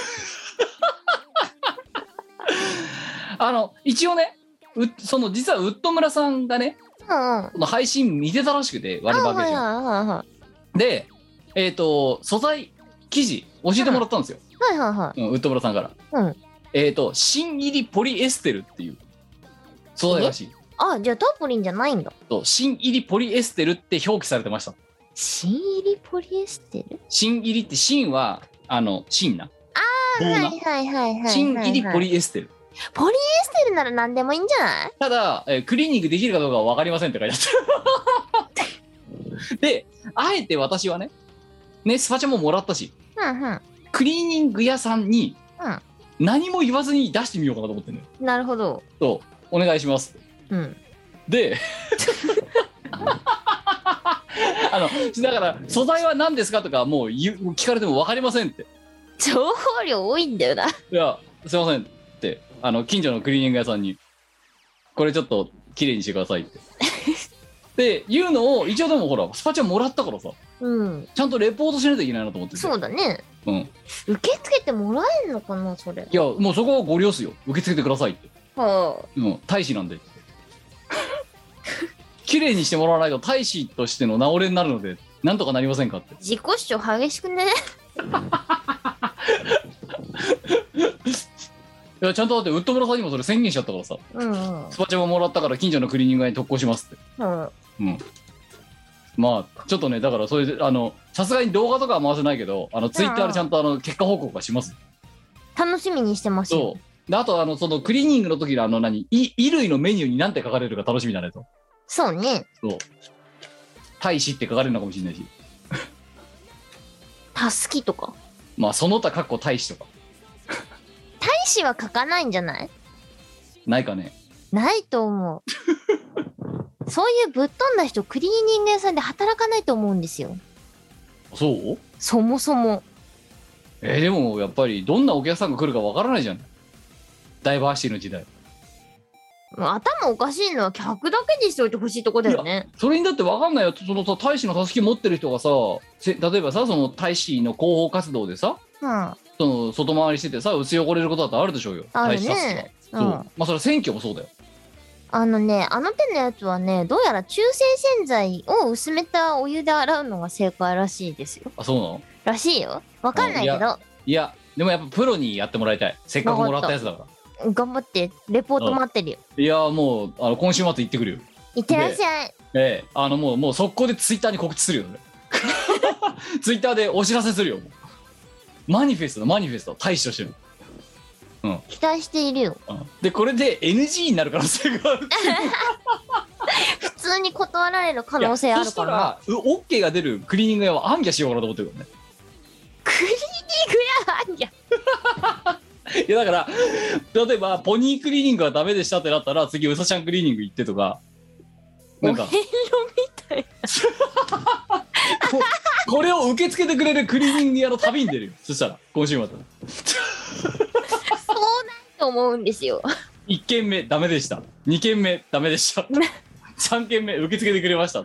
一応ね、その実はウッド村さんがね、 うんうん。 この配信見てたらしくて、我々バケーション。 はいはで、素材、生地、教えてもらったんですよ。 いはい。 ウッド村さんから。 うん。 新入りポリエステルっていう素材らしい。 あ、じゃあターポリンじゃないんだ。 新入りポリエステルって表記されてました。 新入りポリエステル？ 新入りって新は新な。棒なはいはいはいはい。 新入りポリエステル。 ポリエステルなら何でもいいんじゃない？ ただ、クリーニングできるかどうかは分かりませんって書いてあった。で、あえて私はね、スパチャももらったし、 うんうん。 クリーニング屋さんに何も言わずに出してみようかなと思ってるのよ。 なるほど。 お願いします。 うん。 で、だから素材は何ですかとかもう聞かれても分かりませんって。 情報量多いんだよな。 いや、すいませんって近所のクリーニング屋さんにこれちょっと綺麗にしてくださいってっていうのを一応でもほらスパチャもらったからさ、 うん。 ちゃんとレポートしないといけないなと思ってて。 そうだね。 うん。 受け付けてもらえんのかな、それ。 いやもうそこはご了承よ、受け付けてくださいって。 は大使なんで綺麗にしてもらわないと大使としての名折れになるのでなんとかなりませんかって。 自己主張激しくね。 いやちゃんとだってウッド村さんにもそれ宣言しちゃったからさ、 うんうん。 スパチャももらったから近所のクリーニング屋に特攻しますって。 うん。 まあちょっとね、だからそれでさすがに動画とかは回せないけどツイッターでちゃんと結果報告はします。 楽しみにしてますよ。 そうで、あとそのクリーニングの時の衣類のメニューに何て書かれるか楽しみだねと。 そうね。 そう大使って書かれるのかもしれないし、 たすきとか。 まあその他かっこ大使とか大使は書かないんじゃない？ ないかね。 ないと思う。そういうぶっ飛んだ人、クリーニング屋さんで働かないと思うんですよ。 そうそもそも。 でもやっぱりどんなお客さんが来るかわからないじゃん、ダイバーシティの時代。 頭おかしいのは客だけにしておいてほしいとこだよね。 それにだってわかんないよ。そのさ大使のたすき持ってる人がさ、例えばさその大使の広報活動でさ、 うん。 その外回りしててさ薄汚れることだってあるでしょうよ。 ある大使たすきね。 が。そう、まあそれは選挙もそうだよ。 あの手のやつはね、どうやら中性洗剤を薄めたお湯で洗うのが正解らしいですよ。 あ、そうなの？ らしいよ。わかんないけど。 いやでもやっぱプロにやってもらいたい。せっかくもらったやつだから。 頑張って、レポート待ってるよ。 いやもう今週末行ってくるよ。 いってらっしゃい。 もう速攻でツイッターに告知するよね。ツイッターでお知らせするよ。マニフェスト大使としてる。 期待しているよ。 でこれで NG になる可能性がある。 普通に断られる可能性あるからな。 そしたら OK が出るクリーニング屋は暗記しようかなと思ってるからね。 クリーニング屋いやいやだから例えばポニークリーニングがダメでしたってなったら次ウサちゃんクリーニング行ってとかなんかお遍路みたいな。 これを受け付けてくれるクリーニング屋の旅に出るよ。そしたら今週末そうないと思うんですよ。 1軒目ダメでした、2軒目ダメでした3軒目受け付けてくれました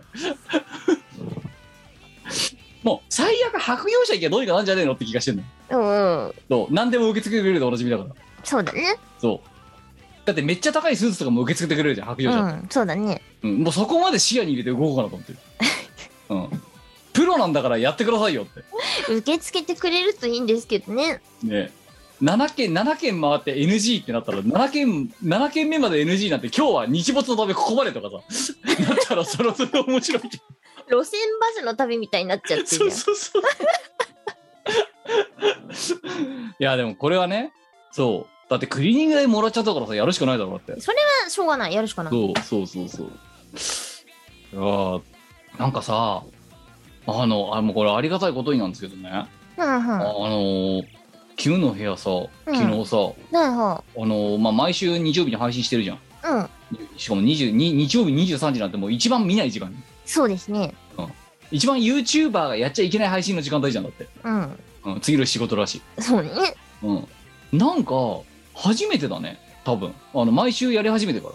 もう最悪白業者行けばどうにかなんじゃねえのって気がしてんの。 うん、 そう何でも受け付けてくれるでおなじみだから。 そうだね。 そうだってめっちゃ高いスーツとかも受け付けてくれるじゃん白業者って、 そうだね。 もうそこまで視野に入れて動こうかなと思ってるプロなんだからやってくださいよって受け付けてくれるといいんですけどね。 ね。7件回って NG ってなったら7件目まで NG なんて今日は日没のためここまでとかさなったらそれ面白いけ路線バスの旅みたいになっちゃってるじゃん。 そういやでもこれはね、そうだってクリーニング代もらっちゃったからさやるしかないだろうって。 それはしょうがない、やるしかない。 そういやなんかさもうこれありがたいことになんですけどね、キムの部屋さ昨日さ、毎週日曜日に配信してるじゃん。しかも日曜日23時なんてもう一番見ない時間に。 そうですね。 一番 YouTuber がやっちゃいけない配信の時間帯じゃんだって。次の仕事らしい。 そうね。 なんか初めてだね多分毎週やり始めてから。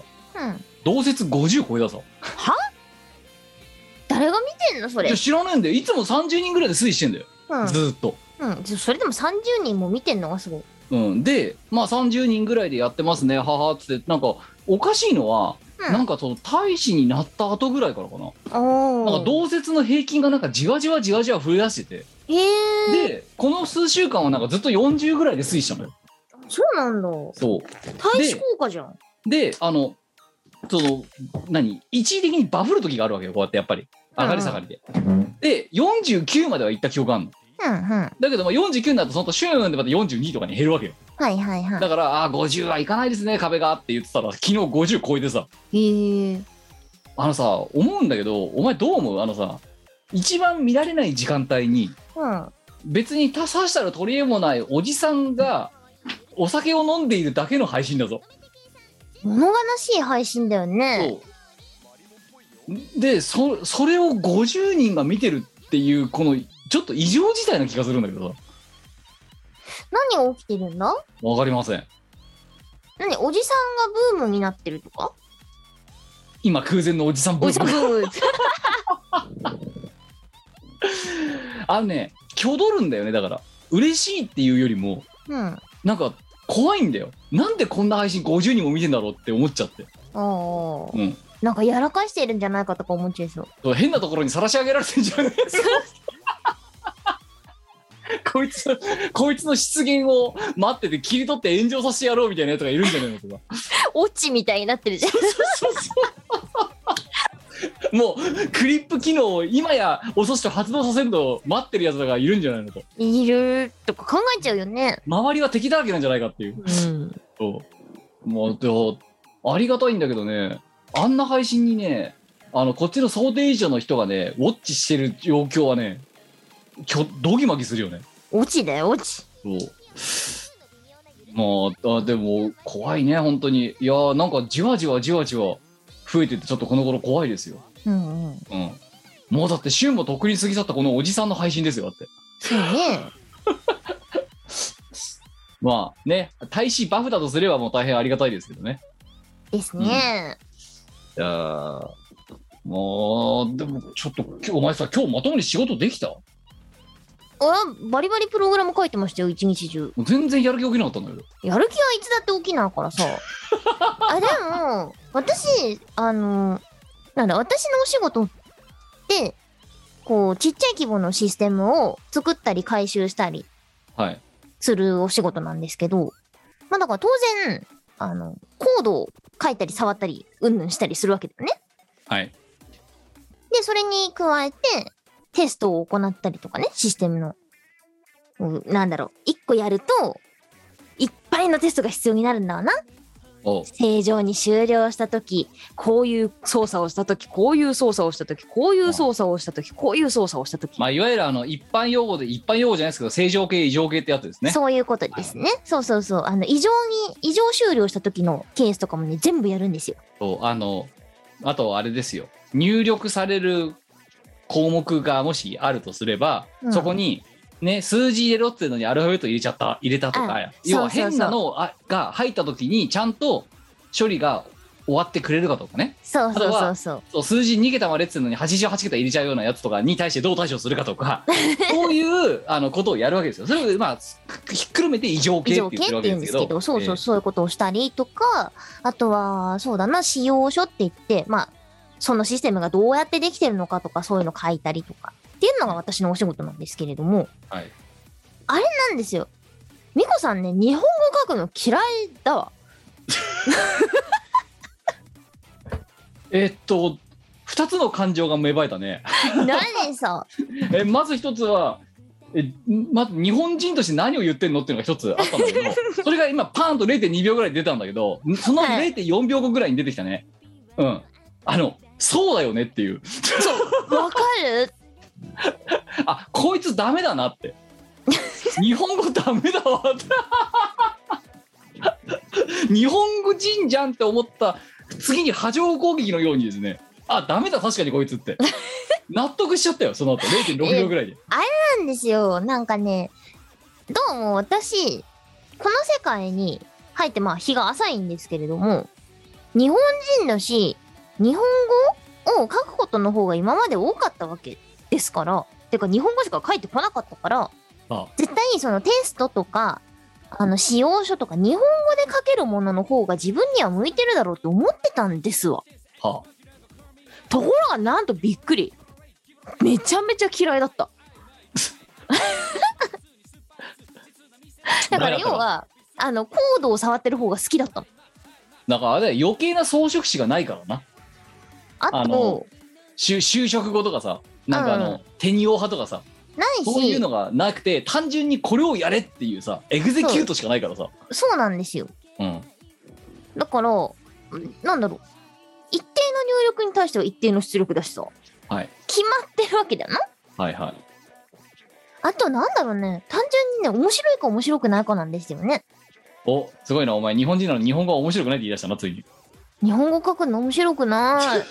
同説50超えたさ。 は？誰が見てんのそれ。 いや知らないんだよ。いつも30人ぐらいで推移してんだよ、ずーっと。 それでも30人も見てんのがすごい。 でまあ30人ぐらいでやってますねははっつって。なんかおかしいのは、なんかその大使になった後ぐらいからかな。なんか同説の平均がなんかじわじわ増え出してて、でこの数週間はなんかずっと40ぐらいで推移したのよ。 そうなんだ。そう大使効果じゃん。で一時的にバフる時があるわけよ、こうやってやっぱり上がり下がりで。で49までは行った記憶があるの。だけど49になるとその後シューンでまた42とかに減るわけよ。だから50はいかないですね壁がって言ってたら昨日50超えてさ。さ思うんだけどお前どう思う？一番見られない時間帯に、別に刺したら取り柄もないおじさんがお酒を飲んでいるだけの配信だぞ。物悲しい配信だよね。 でそれを50人が見てるっていうこのちょっと異常事態な気がするんだけどさ。何が起きてるんだ？わかりません。おじさんがブームになってるとか？今空前のおじさんブーム。挙取るんだよね。だから嬉しいっていうよりも、なんか怖いんだよ。なんでこんな配信50人も見てんだろうって思っちゃって。なんかやらかしてるんじゃないかとか思っちゃいそう。変なところに晒し上げられてんじゃねえこいつの出現を待ってて切り取って炎上させてやろうみたいなやつがいるんじゃないのとか。オチみたいになってるじゃん。もうクリップ機能を今や遅しと発動させるのを待ってるやつがいるんじゃないのと。いるとか考えちゃうよね。周りは敵だらけなんじゃないかっていう。もうありがたいんだけどね、あんな配信にね、こっちの想定以上の人がねウォッチしてる状況はねドギマギするよね。オチだよオチ。でも怖いね本当に。いやなんかじわじわ増えててちょっとこの頃怖いですよ。もうだって旬もとっくに過ぎ去ったこのおじさんの配信ですよだって。そうね。まあね大使バフだとすればもう大変ありがたいですけどね。ですね。いやもうでもちょっとお前さ今日まともに仕事できた？バリバリプログラム書いてましたよ一日中。全然やる気起きなかったんだけど。やる気はいつだって起きないからさ。でも私私のお仕事ってこうちっちゃい規模のシステムを作ったり回収したりするお仕事なんですけど、だから当然コードを書いたり触ったりうんぬんしたりするわけだよね。でそれに加えてテストを行ったりとかね、システムの1個やるといっぱいのテストが必要になるんだわな。 正常に終了したとき、こういう操作をしたとき、こういう操作をしたとき、こういう操作をしたとき、こういう操作をしたとき。 まあ、いわゆる一般用語じゃないですけど、正常形、異常形ってやつですね。 そういうことですね。そうそうそう。異常終了した時のケースとかもね、全部やるんですよ。 そう、あと、あれですよ。入力される項目がもしあるとすれば、そこに、ね、数字入れろっていうのにアルファベット入れたとか、要は変なのが入った時にちゃんと処理が終わってくれるかとかね。 そうそうそうそう。 そう数字2桁までっていうのに88桁入れちゃうようなやつとかに対してどう対処するかとかそういうことをやるわけですよ。それをまあひっくるめて異常形って言ってるわけですけど、 そうそう、そういうことをしたりとか、あとはそうだな、仕様書って言って、まあそのシステムがどうやってできてるのかとか、そういうの書いたりとかっていうのが私のお仕事なんですけれども、 はい、 あれなんですよ。ミコさんね、日本語書くの嫌いだわ。 2つの感情が芽生えたね。 何さまず一つはまず日本人として何を言ってんのっていうのが一つあったんだけどそれが今パーンと 0.2 秒ぐらい出たんだけど、その 0.4 秒後ぐらいに出てきたね。そうだよねっていう。 そうわかる。 あ、こいつダメだなって日本語ダメだわって日本語人じゃんって思った次に波状攻撃のようにですね、あ、ダメだ確かにこいつって納得しちゃったよ、その後 0.6 秒ぐらいで。 あれなんですよ、なんかね、どうも私この世界に入ってまあ日が浅いんですけれども、日本人だし日本語を書くことの方が今まで多かったわけですから、てか日本語しか書いてこなかったから、絶対にそのテストとか使用書とか日本語で書けるものの方が自分には向いてるだろうと思ってたんですわ。ところがなんとびっくり、めちゃめちゃ嫌いだっただから要はコードを触ってる方が好きだったの。 だからあれ余計な装飾詞がないからな。 あと就職後とかさ、なんかテニオ派とかさ、 ないし、 そういうのがなくて単純にこれをやれっていうさエグゼキュートしかないからさ。 そうなんですよ。だからなんだろう、一定の入力に対しては一定の出力だしさ、 はい、 決まってるわけだよな。 はいはい。 あとなんだろうね、単純にね面白いか面白くないかなんですよね。 お、すごいな、お前日本人なのに日本語は面白くないって言い出したな、ついに。 日本語書くの面白くない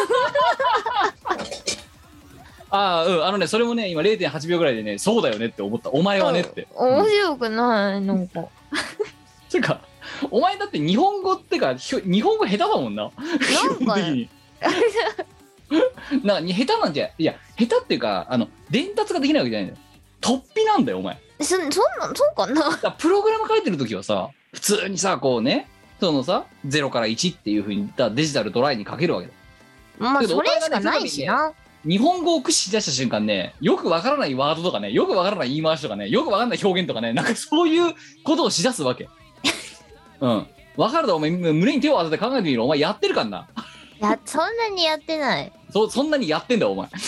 それもね今 0.8 秒ぐらいでね、そうだよねって思った。お前はねって、 面白くない、なんかつうかお前だって日本語ってか日本語下手だもんな、基本的になんか下手なんじゃ、いや下手っていうか伝達ができないわけじゃないんだよ。突飛なんだよお前。 そうかな。 だプログラム書いてる時はさ、普通にさこうね、そのさ0から1っていう風にデジタルドライに書けるわけだ。 まあそれしかないしな。 日本語を駆使しだした瞬間ね、よくわからないワードとかね、よくわからない言い回しとかね、よくわからない表現とかね、なんかそういうことをしだすわけ。わかるだろ、お前胸に手を当てて考えてみろ。お前やってるかんな。 そんなにやってない。 そんなにやってんだよお前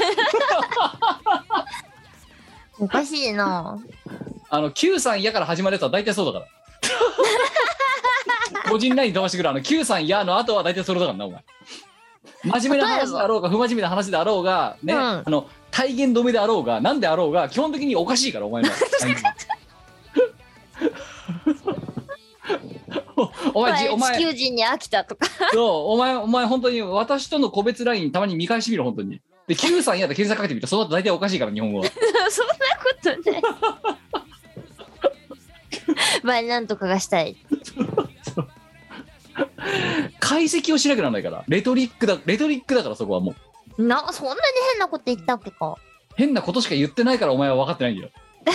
おかしいな。 93やから始まるやつは大体そうだから個人ライン飛ばしてくる93やの後は大体それだからなお前。真面目な話であろうが不真面目な話であろうがね、体言止めであろうがなんであろうが基本的におかしいからお前のお前地球人に飽きたとかそうお前本当に私との個別ラインたまに見返してみろ本当に。で93やったら検索かけてみたらその後大体おかしいから日本語はそんなことねまあなんとかがしたい解析をしなきゃならないから。レトリックだからそこはもうそんなに変なこと言ったっけか。 変なことしか言ってないからお前は分かってないんだよ。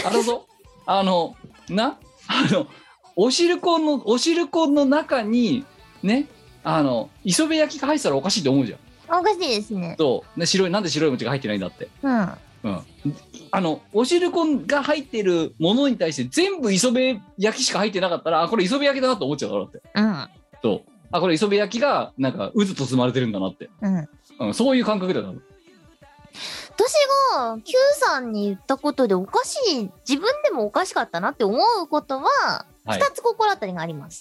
おしるこの中にね、磯辺焼きが入ってたらおかしいって思うじゃん。 おかしいですね。 そうね、なんで白い餅が入ってないんだって。 うんおしるこが入ってるものに対して全部磯辺焼きしか入ってなかったら、これ磯辺焼きだなと思っちゃうだろって。そうこれ磯辺焼きがなんか渦と包まれてるんだなって、そういう感覚だよ。 私が Q さんに言ったことでおかしい、自分でもおかしかったなって思うことははい 2つ心当たりがあります。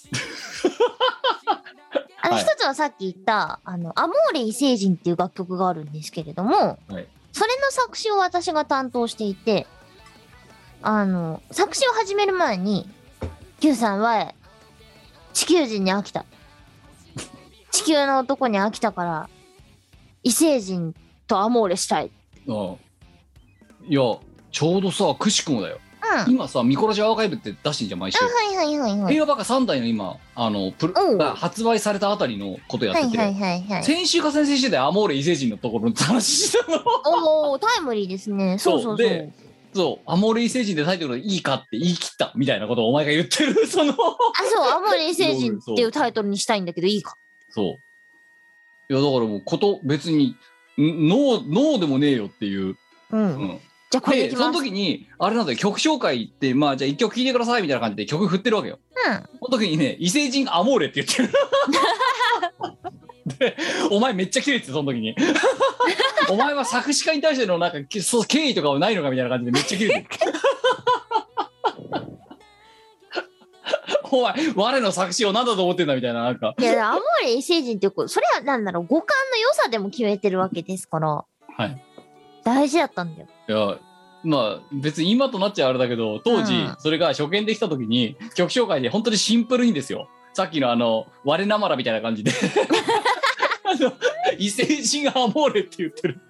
はい 1つはさっき言ったアモーレ異星人っていう楽曲があるんですけれども、 はいそれの作詞を私が担当していて、作詞を始める前に Q さんは地球人に飽きた、地球の男に飽きたから異星人とアモーレしたい。 うん。いやちょうどさくしくもだよ、 うん。 今さミコラジアーカイブって出してんじゃん毎週。 はいはいはいはい。 平和バカ3体の今おうが発売されたあたりのことやってて、 はいはいはいはい。 先週か先々週でアモーレ異星人のところの話したの。 おお、タイムリーですね。そうそうそう。 でそうアモーレ異星人でタイトルでいいかって言い切ったみたいなことをお前が言ってるそのあ、そう、アモーレ異星人っていうタイトルにしたいんだけどいいか。 そういやだからもう別にノーでもねえよっていう、 うん。 うん、 じゃあこれでいきます。 その時にあれなんだよ、曲紹介ってまあじゃあ一曲聴いてくださいみたいな感じで曲振ってるわけよ。その時にね異星人アモーレって言ってるでお前めっちゃキレてたその時にお前は作詞家に対してのなんかそう敬意とかはないのかみたいな感じでめっちゃキレてるお前我の作詞を何だと思ってんだみたいな、なんかいや、アモーレ異星人っていうそれはなんだろう、五感の良さでも決めてるわけですから、 はい大事だったんだよ。 いやまあ別に今となっちゃあれだけど当時それが初見できた時に曲紹介で本当にシンプルにですよ、さっきの我なまらみたいな感じで異星人アモーレって言ってる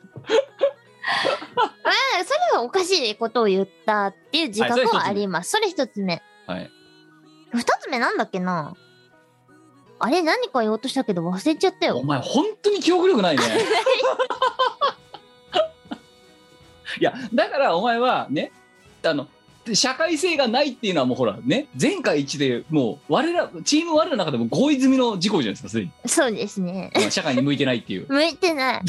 それはおかしいことを言ったっていう自覚はあります。それ一つ目。 はい二つ目なんだっけな、あれ何か言おうとしたけど忘れちゃったよ。 お前本当に記憶力ないねいやだからお前はね社会性がないっていうのはもうほらね前回一でもうチーム我らの中でも合意済みの事項じゃないですかすでに。 そうですね。 社会に向いてないっていう向いてない。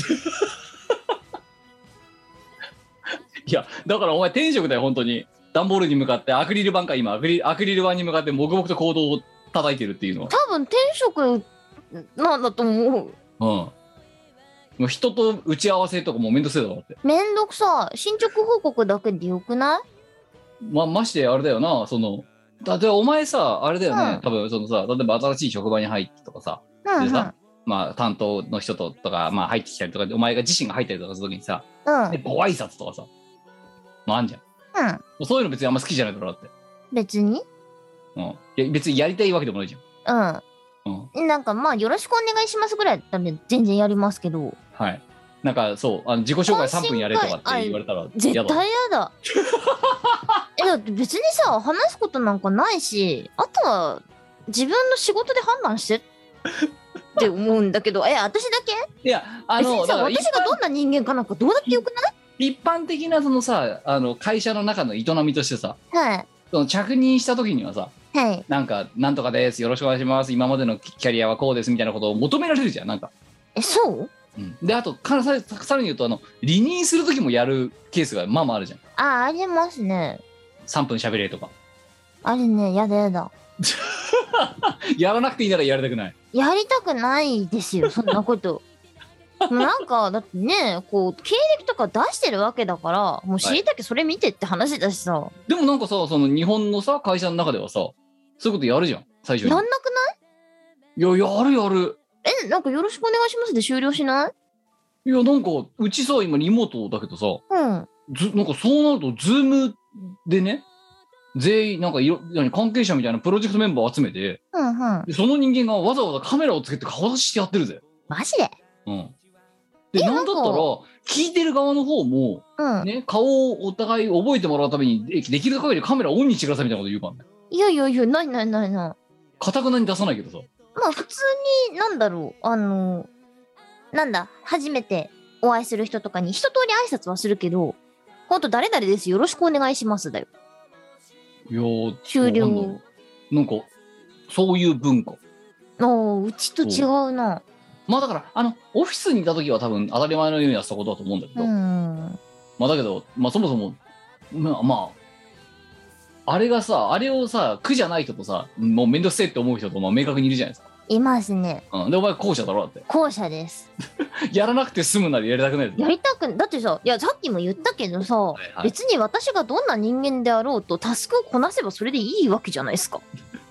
いやだからお前天職だよ本当に。段ボールに向かってアクリル板か今アクリル板に向かって黙々と行動を叩いてるっていうのは多分転職なんだと思う。 もう人と打ち合わせとかもうめんどくせえだろって。 めんどくさい。進捗報告だけでよくない？ ましてあれだよなだってお前さあれだよね、多分そのさ例えば新しい職場に入ってとかさ、でさまあ担当の人とかまあ入ってきたりとかでお前が自身が入ったりとかするときにさ、でご挨拶とかさもうあんじゃん。そういうの別にあんま好きじゃないだろだって。 別に？ いや別にやりたいわけでもないじゃん。 なんかまあよろしくお願いしますぐらいだったら全然やりますけど。 はい。なんかそう自己紹介3分やれとかって言われたら絶対やだ。だって別にさ話すことなんかないし、あとは自分の仕事で判断してって思うんだけど、私だけ？ いや別にさ私がどんな人間かなんかどうだってよくない？ 一般的なそのさ会社の中の営みとしてさ、 はい。 その着任した時にはさ、 はい。 なんかなんとかですよろしくお願いします今までのキャリアはこうですみたいなことを求められるじゃんなんか。 そう？ であとさらに言うと離任する時もやるケースがまあまああるじゃん。 ありますね。 3分喋れとか。 あれね、やだやだ。 やらなくていいならやりたくない。 やりたくないですよそんなこと。なんかだってねこう経歴とか出してるわけだからもう知りたきそれ見てって話だしさ、 でもなんかさその日本のさ会社の中ではさそういうことやるじゃん最初に。 やんなくない？いややる。 なんかよろしくお願いしますで終了しない？ いやなんかうちさ今リモートだけどさ、なんかそうなるとズームでね全員なんか関係者みたいなプロジェクトメンバーを集めて、でその人間がわざわざカメラをつけて顔出ししてやってるぜ。 マジで？ でなんだったら聞いてる側の方も、ね顔をお互い覚えてもらうためにできる限りカメラをオンにしてくださいみたいなこと言うからね。 いやないかたくなに出さないけどさ。 まあ普通になんだろうなんだ初めてお会いする人とかに一通り挨拶はするけど、ほんと誰々ですよろしくお願いしますだよ。 いや終了。 なんかそういう文化。 うちと違うな。 まあだからオフィスにいた時は多分当たり前のようにやってたことだと思うんだけど、まあだけどそもそもまああれがさあれをさ苦じゃない人とさもうめんどくせえって思う人と明確にいるじゃないですか。 いますね。 でお前後者だろだって。 後者です。 やらなくて済むならやりたくないです。 やりたくだってささっきも言ったけどさ、別に私がどんな人間であろうとタスクをこなせばそれでいいわけじゃないですか。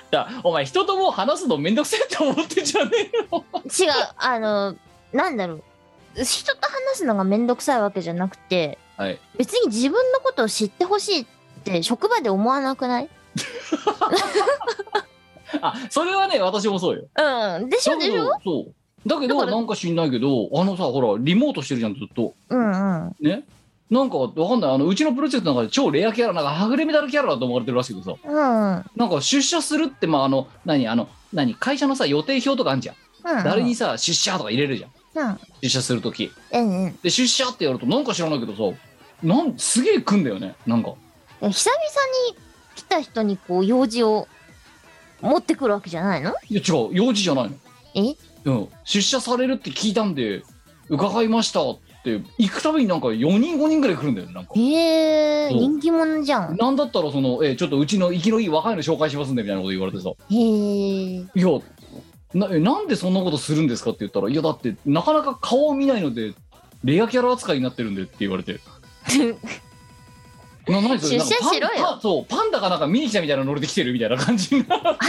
お前人ともう話すのめんどくせえって思ってんじゃねえの。 違う、なんだろう。人と話すのがめんどくさいわけじゃなくて、 はい、 別に自分のことを知ってほしいって職場で思わなくない？ あ、それはね、私もそうよ。 うん。でしょでしょ？ そう。だけど、なんか知んないけど、さ、ほら、リモートしてるじゃん、ずっと。 うんうん。 ね。なんかわかんない。うちのプロジェクトの中で超レアキャラ、なんかはぐれメダルキャラだと思われてるらしいけどさ。 うん。うんなんか出社するって、会社のさ、予定表とかあんじゃん。 うん。 誰にさ、出社とか入れるじゃん。 うん。 出社するとき。 うんうん。 で、出社ってやると、なんか知らないけどさ、すげえ来んだよね、なんか。 久々に来た人にこう、用事を持ってくるわけじゃないの？ いや、違う、用事じゃないの。 え？ うん。出社されるって聞いたんで、伺いましたって、行くたびになんか4人5人ぐらい来るんだよね、なんか。 へえ、 そう人気者じゃん。 なんだったら、ちょっとうちの生きのいい若いの紹介しますんで、みたいなこと言われてさ。 へえ。 いや、なんでそんなことするんですかって言ったら、いや、だって、なかなか顔を見ないので、レアキャラ扱いになってるんでって言われて。何それ？ 出社しろよ。 そう、パンダがなんか見に来たみたいなノリで来てるみたいな感じになってさ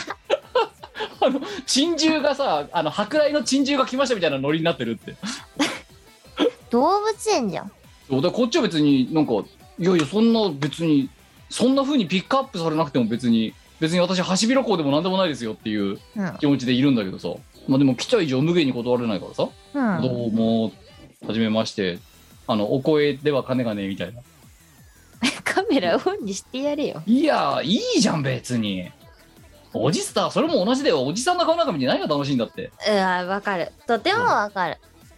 珍獣がさ、舶来の珍獣が来ましたみたいなノリになってるって。 動物園じゃん。 そうだ、こっちは別になんか、いやいや、そんな別に、そんな風にピックアップされなくても別に私ハシビロコウでもなんでもないですよっていう気持ちでいるんだけどさ。まあでも来た以上無限に断れないからさ。 うん。 どうも、はじめまして。お声では金がねえみたいな。 カメラオンにしてやれよ。 いや、いいじゃん別に。おじさん、それも同じだよ。おじさんの顔なんか見て何が楽しいんだって。 わかる。とてもわかる。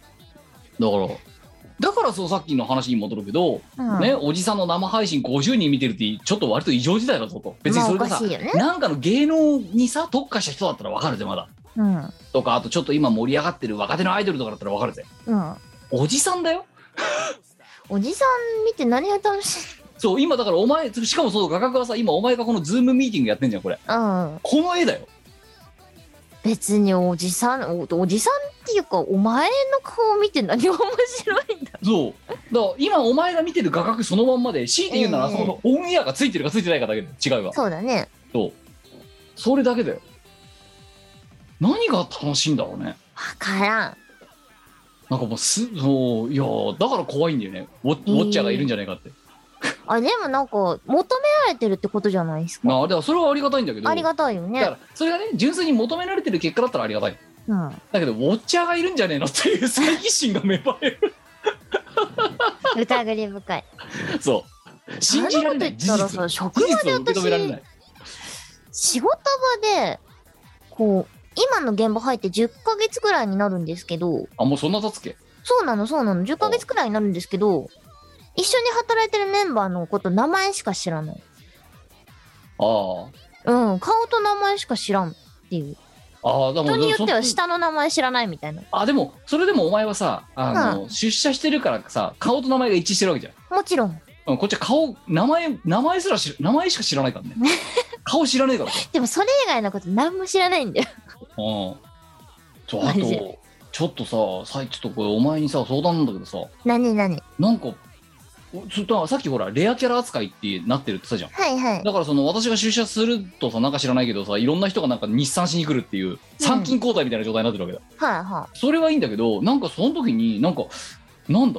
だからそう、さっきの話に戻るけど、 うんね、おじさんの生配信50人見てるってちょっと割と異常事態だぞと。別にそれでさ、 まあおかしいよねなんかの芸能にさ特化した人だったら分かるぜまだ。 うん。 とか、あとちょっと今盛り上がってる若手のアイドルとかだったら分かるぜ。 うん。 おじさんだよ。 おじさん見て何が楽しい？ そう、今だからお前、しかもそう、画角はさ、今お前がこのズームミーティングやってんじゃんこれ。 うん。 この絵だよ。 別におじさんっていうか、お前の顔を見て何が面白いんだ。 そうだから今お前が見てる画角そのまんまで、強いて言うなら、そのオンエアがついてるかついてないかだけで違うわ。 そうだね。 そう、それだけだよ。何が楽しいんだろうね。 わからん。 なんかもうそう、いやだから怖いんだよね。ウォッチャーがいるんじゃないかって。 あ、でもなんか、求められてるってことじゃないですか。 だからそれはありがたいんだけど。 ありがたいよね。 だからそれがね、純粋に求められてる結果だったらありがたい。 うん。 だけどウォッチャーがいるんじゃねえのっていう猜疑心が芽生える。 疑り深い。 そう信じられない。 事実。職場で事実を受け止められない。 仕事場で、こう、今の現場入って10ヶ月ぐらいになるんですけど。 あ、もうそんな経つっけ？ そうなの。10ヶ月くらいになるんですけど、一緒に働いてるメンバーのこと名前しか知らない。 ああ。うん、顔と名前しか知らんっていう。 ああ、でも人によっては下の名前知らないみたいな。 あ、でもそれでもお前はさ、出社してるからさ、顔と名前が一致してるわけじゃん。 もちろん。 こっちは顔、名前しか知らないからね。顔知らねえからさ。 でもそれ以外のこと何も知らないんだよ。 あとちょっとさ、ちょっとこれお前にさ相談なんだけどさ。 何なんかさっきほらレアキャラ扱いってなってるってさじゃん。 はいはい。 だから私が出社するとさ、なんか知らないけどさ、いろんな人がなんか日産しに来るっていう参勤交代みたいな状態になってるわけだ。 はいはい。 それはいいんだけど、なんかその時になんだ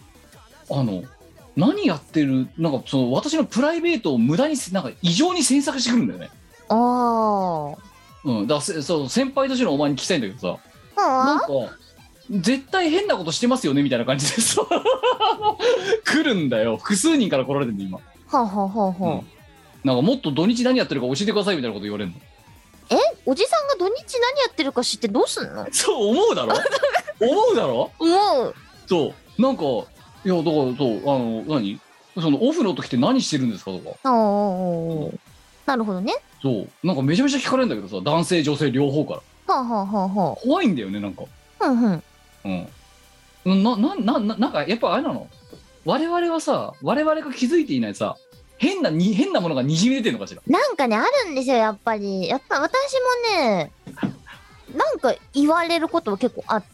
何やってる、なんか私のプライベートを無駄になんか異常に詮索してくるんだよね。 ああ。 だからそう先輩としてのお前に聞きたいんだけどさ、なんか絶対変なことしてますよねみたいな感じでさ来るんだよ。複数人から来られてるんだ今。なんかもっと土日何やってるか教えてくださいみたいなこと言われるの。 おじさんが土日何やってるか知ってどうすんの？ そう思うだろ思う。 そうなんか、いやだからそう何オフの時って何してるんですかとか。 なるほどね。 そうなんかめちゃめちゃ聞かれるんだけどさ、男性女性両方から。怖いんだよねなんか。なんかやっぱあれなの、我々が気づいていないさ、変なものがにじみ出てるのかしら。 なんかね、あるんですよ、やっぱり私もね、なんか言われることは結構あって、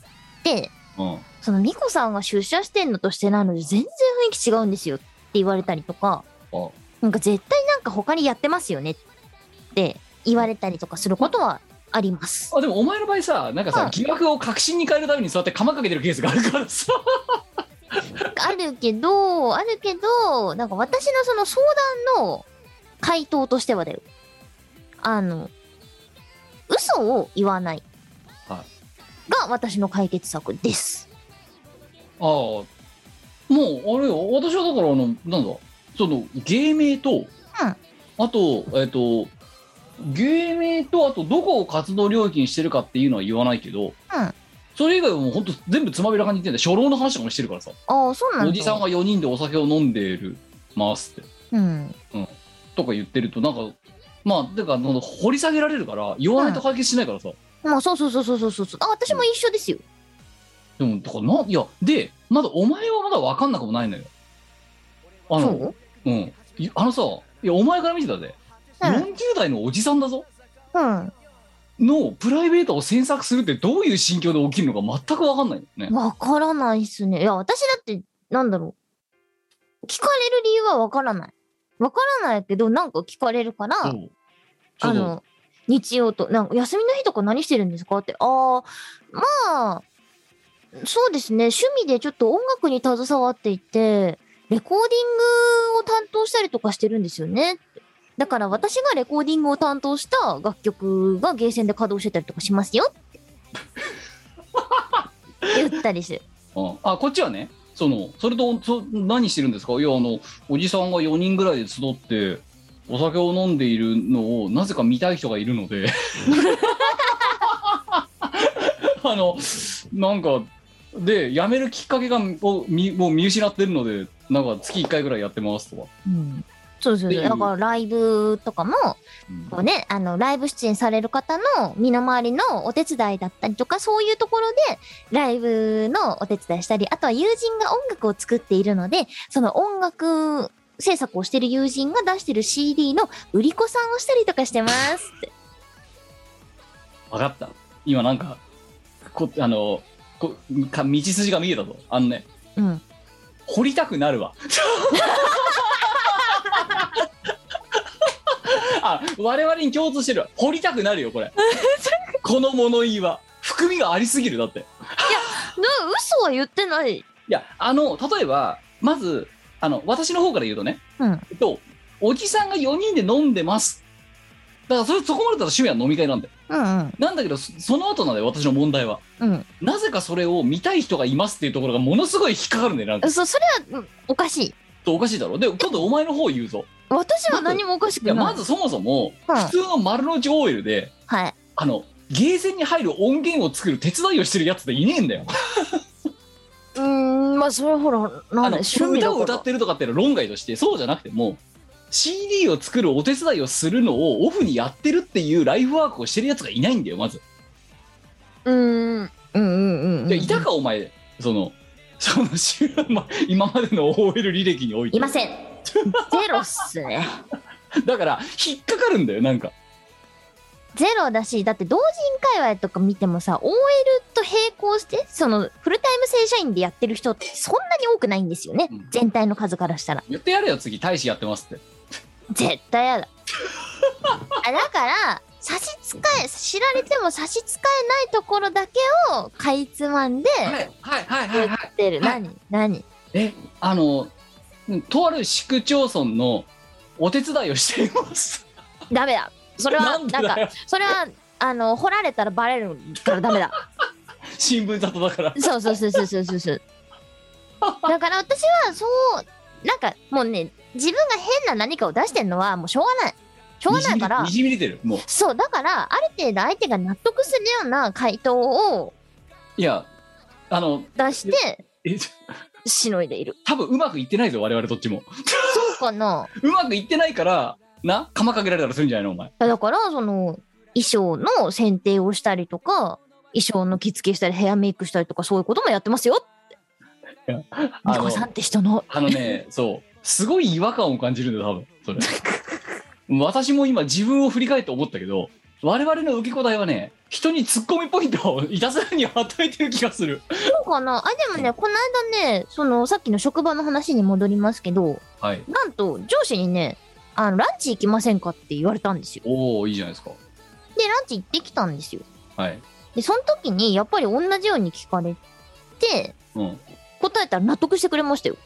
ミコさんが出社してんのとしてないので全然雰囲気違うんですよって言われたりとか、なんか絶対なんか他にやってますよねって言われたりとかすることはあります。 あ、でもお前の場合さ、なんかさ、 うん疑惑を確信に変えるためにそうやって釜かけてるケースがあるからさ。 あるけど、なんか私のその相談の回答としてはだよ。嘘を言わない。 はが私の解決策です。 ああ、もうあれよ、私はだからなんだ、その芸名と、あと芸名と、あとどこを活動領域にしてるかっていうのは言わないけど、それ以外はもうほんと全部つまびらかに言ってんだよ。初老の話とかもしてるからさ。 ああ、そうなんだ。 おじさんが4人でお酒を飲んでるますって、とか言ってると、なんかまあてか掘り下げられるから言わないと解決しないからさ。 まあそう。あ、私も一緒ですよ。 でもだからいやでまだお前はまだ分かんなくもないのよ。 そう？ さ、いやお前から見てたで、40代のおじさんだぞ。のプライベートを詮索するってどういう心境で起きるのか全く分かんないよね。 分からないっすね。いや、私だってなんだろう、聞かれる理由は分からないけど、なんか聞かれるから、日曜となんか休みの日とか何してるんですかって。まあそうですね、趣味でちょっと音楽に携わっていて、レコーディングを担当したりとかしてるんですよね。だから私がレコーディングを担当した楽曲がゲーセンで稼働してたりとかしますよって言ったりする。 こっちはね、それと何してるんですか。いやおじさんが4人ぐらいで集ってお酒を飲んでいるのをなぜか見たい人がいるのでなんかで辞めるきっかけがもう見失ってるので、なんか月1回ぐらいやってますとか。 そうだからライブとかも、こうね、ライブ出演される方の身の回りのお手伝いだったりとか、そういうところでライブのお手伝いしたり、あとは友人が音楽を作っているので、その音楽制作をしてる友人が出してる CD の売り子さんをしたりとかしてますって。 分かった。今なんか道筋が見えたぞ。掘りたくなるわ。我々に共通してるわ。掘りたくなるよこれ。この物言いは含みがありすぎる。だって、いや嘘は言ってない。 いや例えばまず私の方から言うとね、おじさんが4人で飲んでます。だからそこまでだったら趣味は飲み会なんだよ。なんだけどその後なんだよ、私の問題は。なぜかそれを見たい人がいますっていうところがものすごい引っかかるんだよ。なんかそれはおかしい。 おかしいだろ。で今度お前の方言うぞ。 私は何もおかしくない。 まずそもそも普通の丸の内 OL で、ゲーセンに入る音源を作る手伝いをしてるやつっていねえんだよ。 まあそれはほら趣味だから歌を歌ってるとかっていうのは論外として、そうじゃなくても CD を作るお手伝いをするのをオフにやってるっていうライフワークをしてるやつがいないんだよまず。いたかお前、今までの OL 履歴において。 いません。ゼロっすね。 だから引っかかるんだよなんか。 ゼロだし、だって同人界隈とか見てもさ、 OL と並行してフルタイム正社員でやってる人ってそんなに多くないんですよね、全体の数からしたら。 言ってやれよ次、大使やってますって。 絶対やだ。だから知られても差し支えないところだけをかいつまんで言ってる。何とある市区町村のお手伝いをしています。 ダメだ。それはそれは掘られたらバレるからダメだ。 新聞沙汰だから。 そうだから私はなんかもうね、自分が変な何かを出してんのはもうしょうがないからにじみ出てる。もうそうだから、ある程度相手が納得するような回答を出してしのいでいる。 多分うまくいってないぞ我々どっちも。 そうかな。 うまくいってないから釜かけられたらするんじゃないのお前。 だから衣装の選定をしたりとか、衣装の着付けしたりヘアメイクしたりとか、そういうこともやってますよって。みこさんって人のそうすごい違和感を感じるんだよ多分それ。私も今自分を振り返って思ったけど、我々の受け答えはね、人にツッコミポイントをいたずらに与えてる気がする。 そうかな。でもね、この間ね、さっきの職場の話に戻りますけど、なんと上司にね、 ランチ行きませんかって言われたんですよ。 おお、いいじゃないですか。 で、ランチ行ってきたんですよ。 はい。 で、その時に、やっぱり同じように聞かれて、 うん。 答えたら納得してくれましたよ。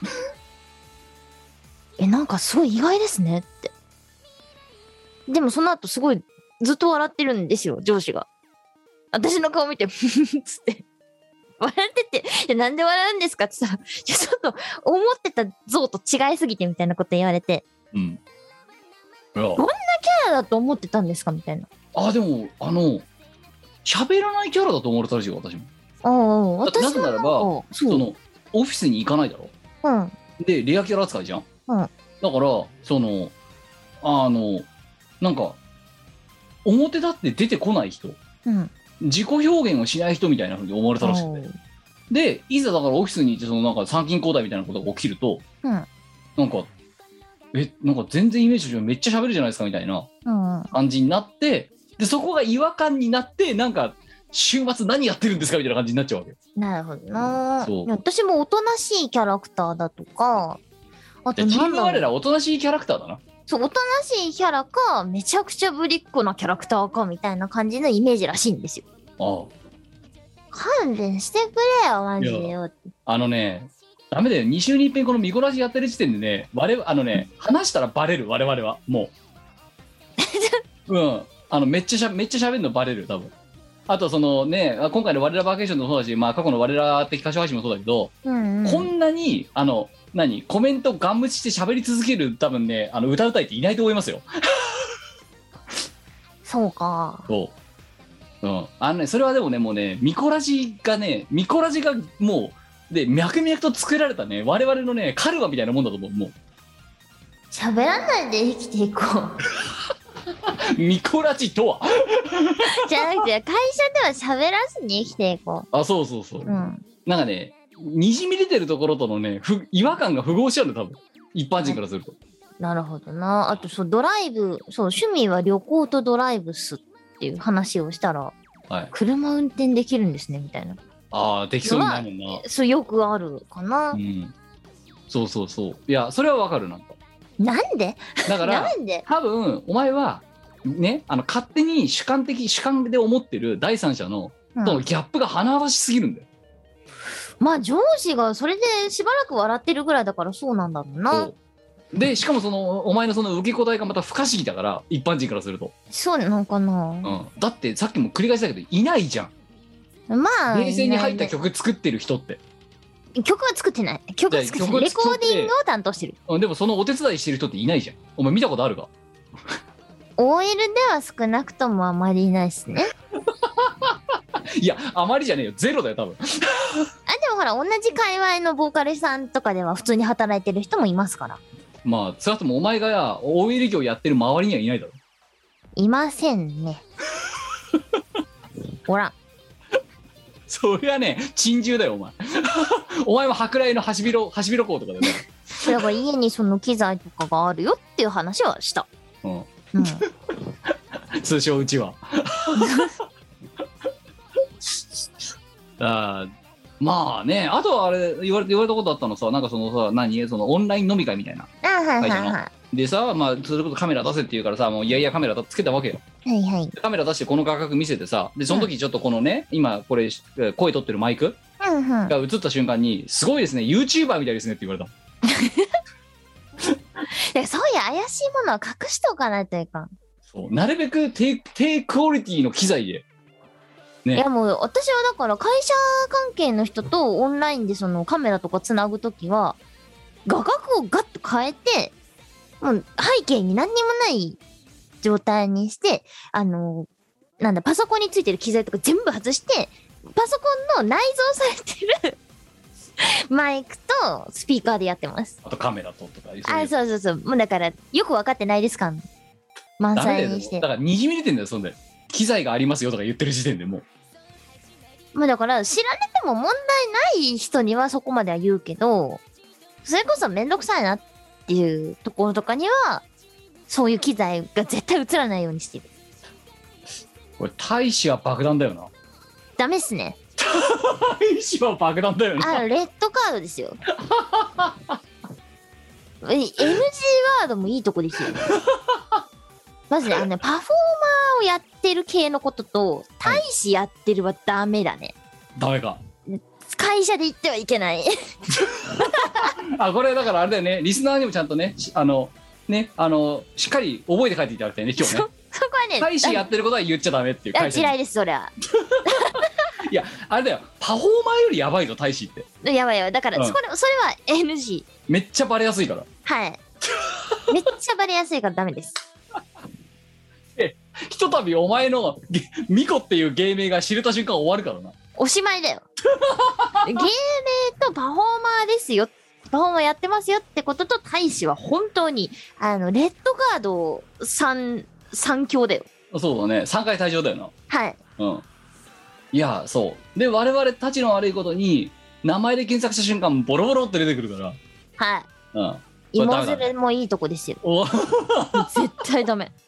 なんかすごい意外ですねって。でもその後すごいずっと笑ってるんですよ、上司が。私の顔見て、ふふふっつって。笑ってて、なんで笑うんですかってさ、ちょっと思ってた像と違いすぎてみたいなこと言われて。 うん。 どんなキャラだと思ってたんですかみたいな。 でも、喋らないキャラだと思われたらしいよ、私も。 私なぜならば、オフィスに行かないだろ。 うん。 で、レアキャラ扱いじゃん。 うん。 だから、なんか、表立って出てこない人、 うん、 自己表現をしない人みたいなふうに思われたらしくて。で、いざだからオフィスに行って、なんか参勤交代みたいなことが起きると、 うん、 なんか、なんか全然イメージとめっちゃ喋るじゃないですかみたいな感じになって、で、そこが違和感になって、なんか、週末何やってるんですかみたいな感じになっちゃうわけ。 なるほどな。 そう。 私もおとなしいキャラクターだとか、 あとチーム我らおとなしいキャラクターだな。 そう、おとなしいキャラか、めちゃくちゃぶりっ子なキャラクターかみたいな感じのイメージらしいんですよ。勘弁してくれよ、マジでよ。 ダメだよ。2週に一遍このミコラジやってる時点でね、話したらバレる、我々は。もう。うん。めっちゃ喋るのバレる、多分。あと今回の我らバーケーションもそうだし、過去の我ら的歌唱配信もそうだけど、こんなにコメントガン無視して喋り続ける多分ね、歌うたいっていないと思いますよ。 そうか。 そう。それはでもね、もうね、ミコラジがもうで脈々と作られたね、我々のねカルマみたいなもんだと思う。もう喋らないで生きていこう。 ミコラジとはじゃなくて会社では喋らずに生きていこう。そう、なんかね、にじみ出てるところとのね違和感が符合しちゃうんだ、多分一般人からすると。 なるほどな。あとドライブ、趣味は旅行とドライブスっていう話をしたら、 はい、 車運転できるんですねみたいな。 できそうにないもんな。 よくあるかな。 そう。いや、それはわかる。 なんでだからなんで多分お前はね、勝手に主観で思ってる第三者のとのギャップが甚だしすぎるんだよ。 上司がそれでしばらく笑ってるぐらいだからそうなんだろうな。 でしかもお前の受け答えがまた不可思議だから、一般人からすると。 そうなのかな。 だってさっきも繰り返したけどいないじゃん。冷静に入った曲作ってる人って。 曲は作ってない。レコーディングを担当してる。 でもそのお手伝いしてる人っていないじゃん。お前見たことあるか。 OL では少なくともあまりいないですね。 いや、あまりじゃねえよ、ゼロだよ多分。 でもほら、同じ界隈のボーカルさんとかでは普通に働いてる人もいますから。 それともお前が OL 業やってる周りにはいないだろ。 いませんね。ほら。 それはね、珍獣だよお前。お前は舶来のハシビロコウとかだよね。 だから家にその機材とかがあるよっていう話はした。 通称うちは。まあね、あとはあれ言われたことあったのさ、なんかオンライン飲み会みたいな会社のでさ、それこそカメラ出せって言うからさ、もういやいやカメラつけたわけよ。カメラ出してこの画角見せてさ、でその時ちょっとこのね、今これ声取ってるマイクが映った瞬間に、すごいですね YouTuber みたいですねって言われた。 そういう怪しいものは隠しておかないといかん。 そう、なるべく低クオリティの機材で、ね、 いやもう私はだから会社関係の人とオンラインでカメラとかつなぐときは画角をガッと変えて、もう背景に何にもない状態にして、パソコンについてる機材とか全部外して、パソコンの内蔵されてるマイクとスピーカーでやってます。 あとカメラとか。 そう。もうだからよく分かってないですか、満載にして。 だからにじみ出てんだよ、そんで機材がありますよとか言ってる時点でもう。 だから知られても問題ない人にはそこまでは言うけど、それこそめんどくさいなっていうところとかにはそういう機材が絶対映らないようにしてる。 これ大使は爆弾だよな。 ダメっすね。 大使は爆弾だよな。 レッドカードですよ。 NG ワードもいいとこですよ。まずね、パフォーマーをやってる系のことと、大使やってるはダメだね。 ダメか。 会社で言ってはいけない。 あ、これだからあれだよね、リスナーにもちゃんとね、しっかり覚えて帰っていただきたいね、今日ね。 そこはね、 大使やってることは言っちゃダメっていう会社に。 嫌いです、それは。 いや、あれだよ、パフォーマーよりやばいぞ、大使って。 やばいやばい。だから、 うんそれは NG。 めっちゃバレやすいから。 はい。めっちゃバレやすいからダメです。 ひとたびお前のミコっていう芸名が知れた瞬間終わるからな。 おしまいだよ。芸名とパフォーマーですよ。パフォーマーやってますよってことと、大使は本当に、レッドカード3強だよ。 そうだね、3回退場だよな。 はい。 うん。いや、そう。で、我々たちの悪いことに、名前で検索した瞬間、ボロボロって出てくるから。 はい。 うん。 芋づるもいいとこですよ。 お絶対ダメ。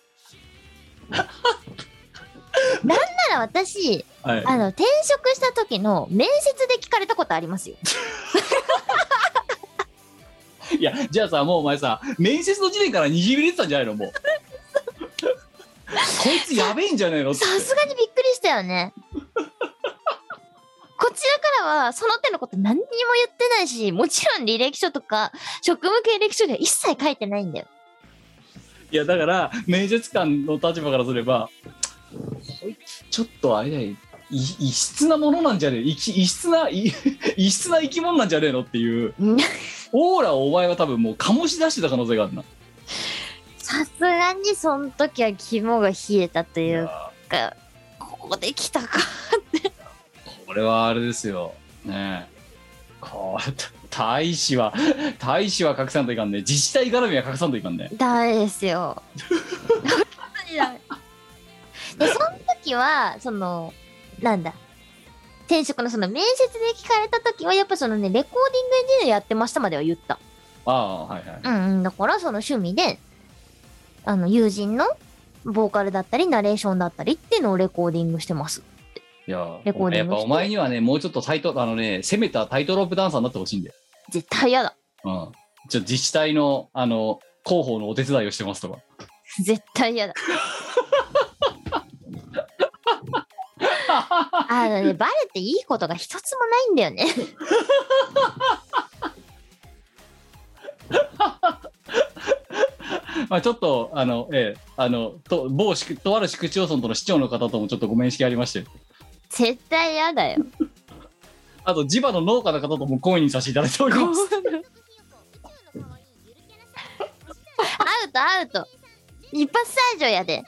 なんなら私、 はい、 転職した時の面接で聞かれたことありますよ。 いや、じゃあさ、もうお前さ、面接の時点からにじみ出てたんじゃないのもう。こいつやべえんじゃねえのって。 さすがにびっくりしたよね。こちらからはその手のこと何にも言ってないし、もちろん履歴書とか職務経歴書には一切書いてないんだよ。 いや、だから面接官の立場からすれば、こいつちょっとあれだよ、異質なものなんじゃねえ、異質な生き物なんじゃねえのっていうオーラをお前は多分もう醸し出してた可能性があるな。 さすがにその時は肝が冷えたというか、ここで来たかって。 これはあれですよね。こう大使は隠さんといかんね。自治体絡みは隠さんといかんね。 ダメですよ。本当にダメ。でその時はなんだ、転職のその面接で聞かれた時はやっぱそのね、レコーディングエンジニアやってましたまでは言った。 ああ、はいはい。 うんうん。だからその趣味で友人のボーカルだったりナレーションだったりっていうのをレコーディングしてます。 いや、 レコーディングして。 やっぱお前にはね、もうちょっと攻めたタイトロープダンサーになってほしいんだよ。 絶対嫌だ。 うん。自治体の広報のお手伝いをしてますとか。 絶対嫌だ。ね、バレていいことが一つもないんだよね。 まあちょっととある市区町村との市長の方ともちょっとご面識ありまして、 絶対嫌だよ。 あと地場の農家の方とも懇意にさせていただいております。 アウト一発退場やで。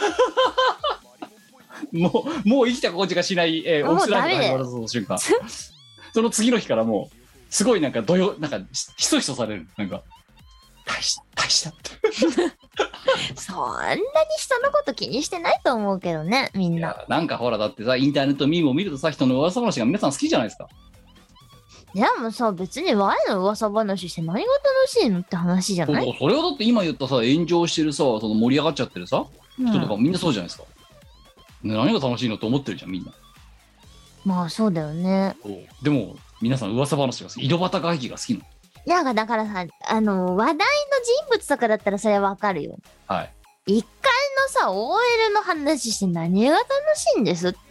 もう生きた心地がしない、オフスライブが始まるその瞬間。その次の日からもうすごいなんかひそひそされる、なんか大したってそんなに人のこと気にしてないと思うけどね、みんな。 なんかほら、だってさ、インターネットミームを見るとさ、人の噂話が皆さん好きじゃないですか。 いやもうさ、別に我の噂話して何が楽しいのって話じゃない？ それはだって今言ったさ、炎上してるさ、その盛り上がっちゃってるさ、人とかみんなそうじゃないですか。何が楽しいのと思ってるじゃん、みんな。 まあそうだよね。 でも皆さん噂話が好き、井戸端会議が好きなの。 だからさ、話題の人物とかだったらそれはわかるよ。 はい。 一回のさ、OL の話して何が楽しいんですって。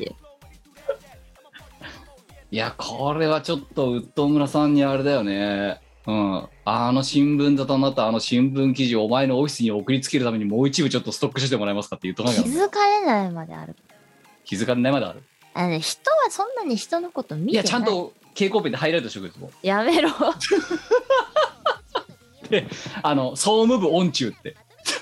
いや、これはちょっとウッド村さんにあれだよね。うん。新聞沙汰になった新聞記事をお前のオフィスに送りつけるためにもう一部ちょっとストックしてもらえますかって言うと気づかれないまである。 気づかれないまである。 人はそんなに人のこと見てない。 いや、ちゃんと蛍光ペンでハイライトしておくんですもん。 やめろ。 で、総務部音中って。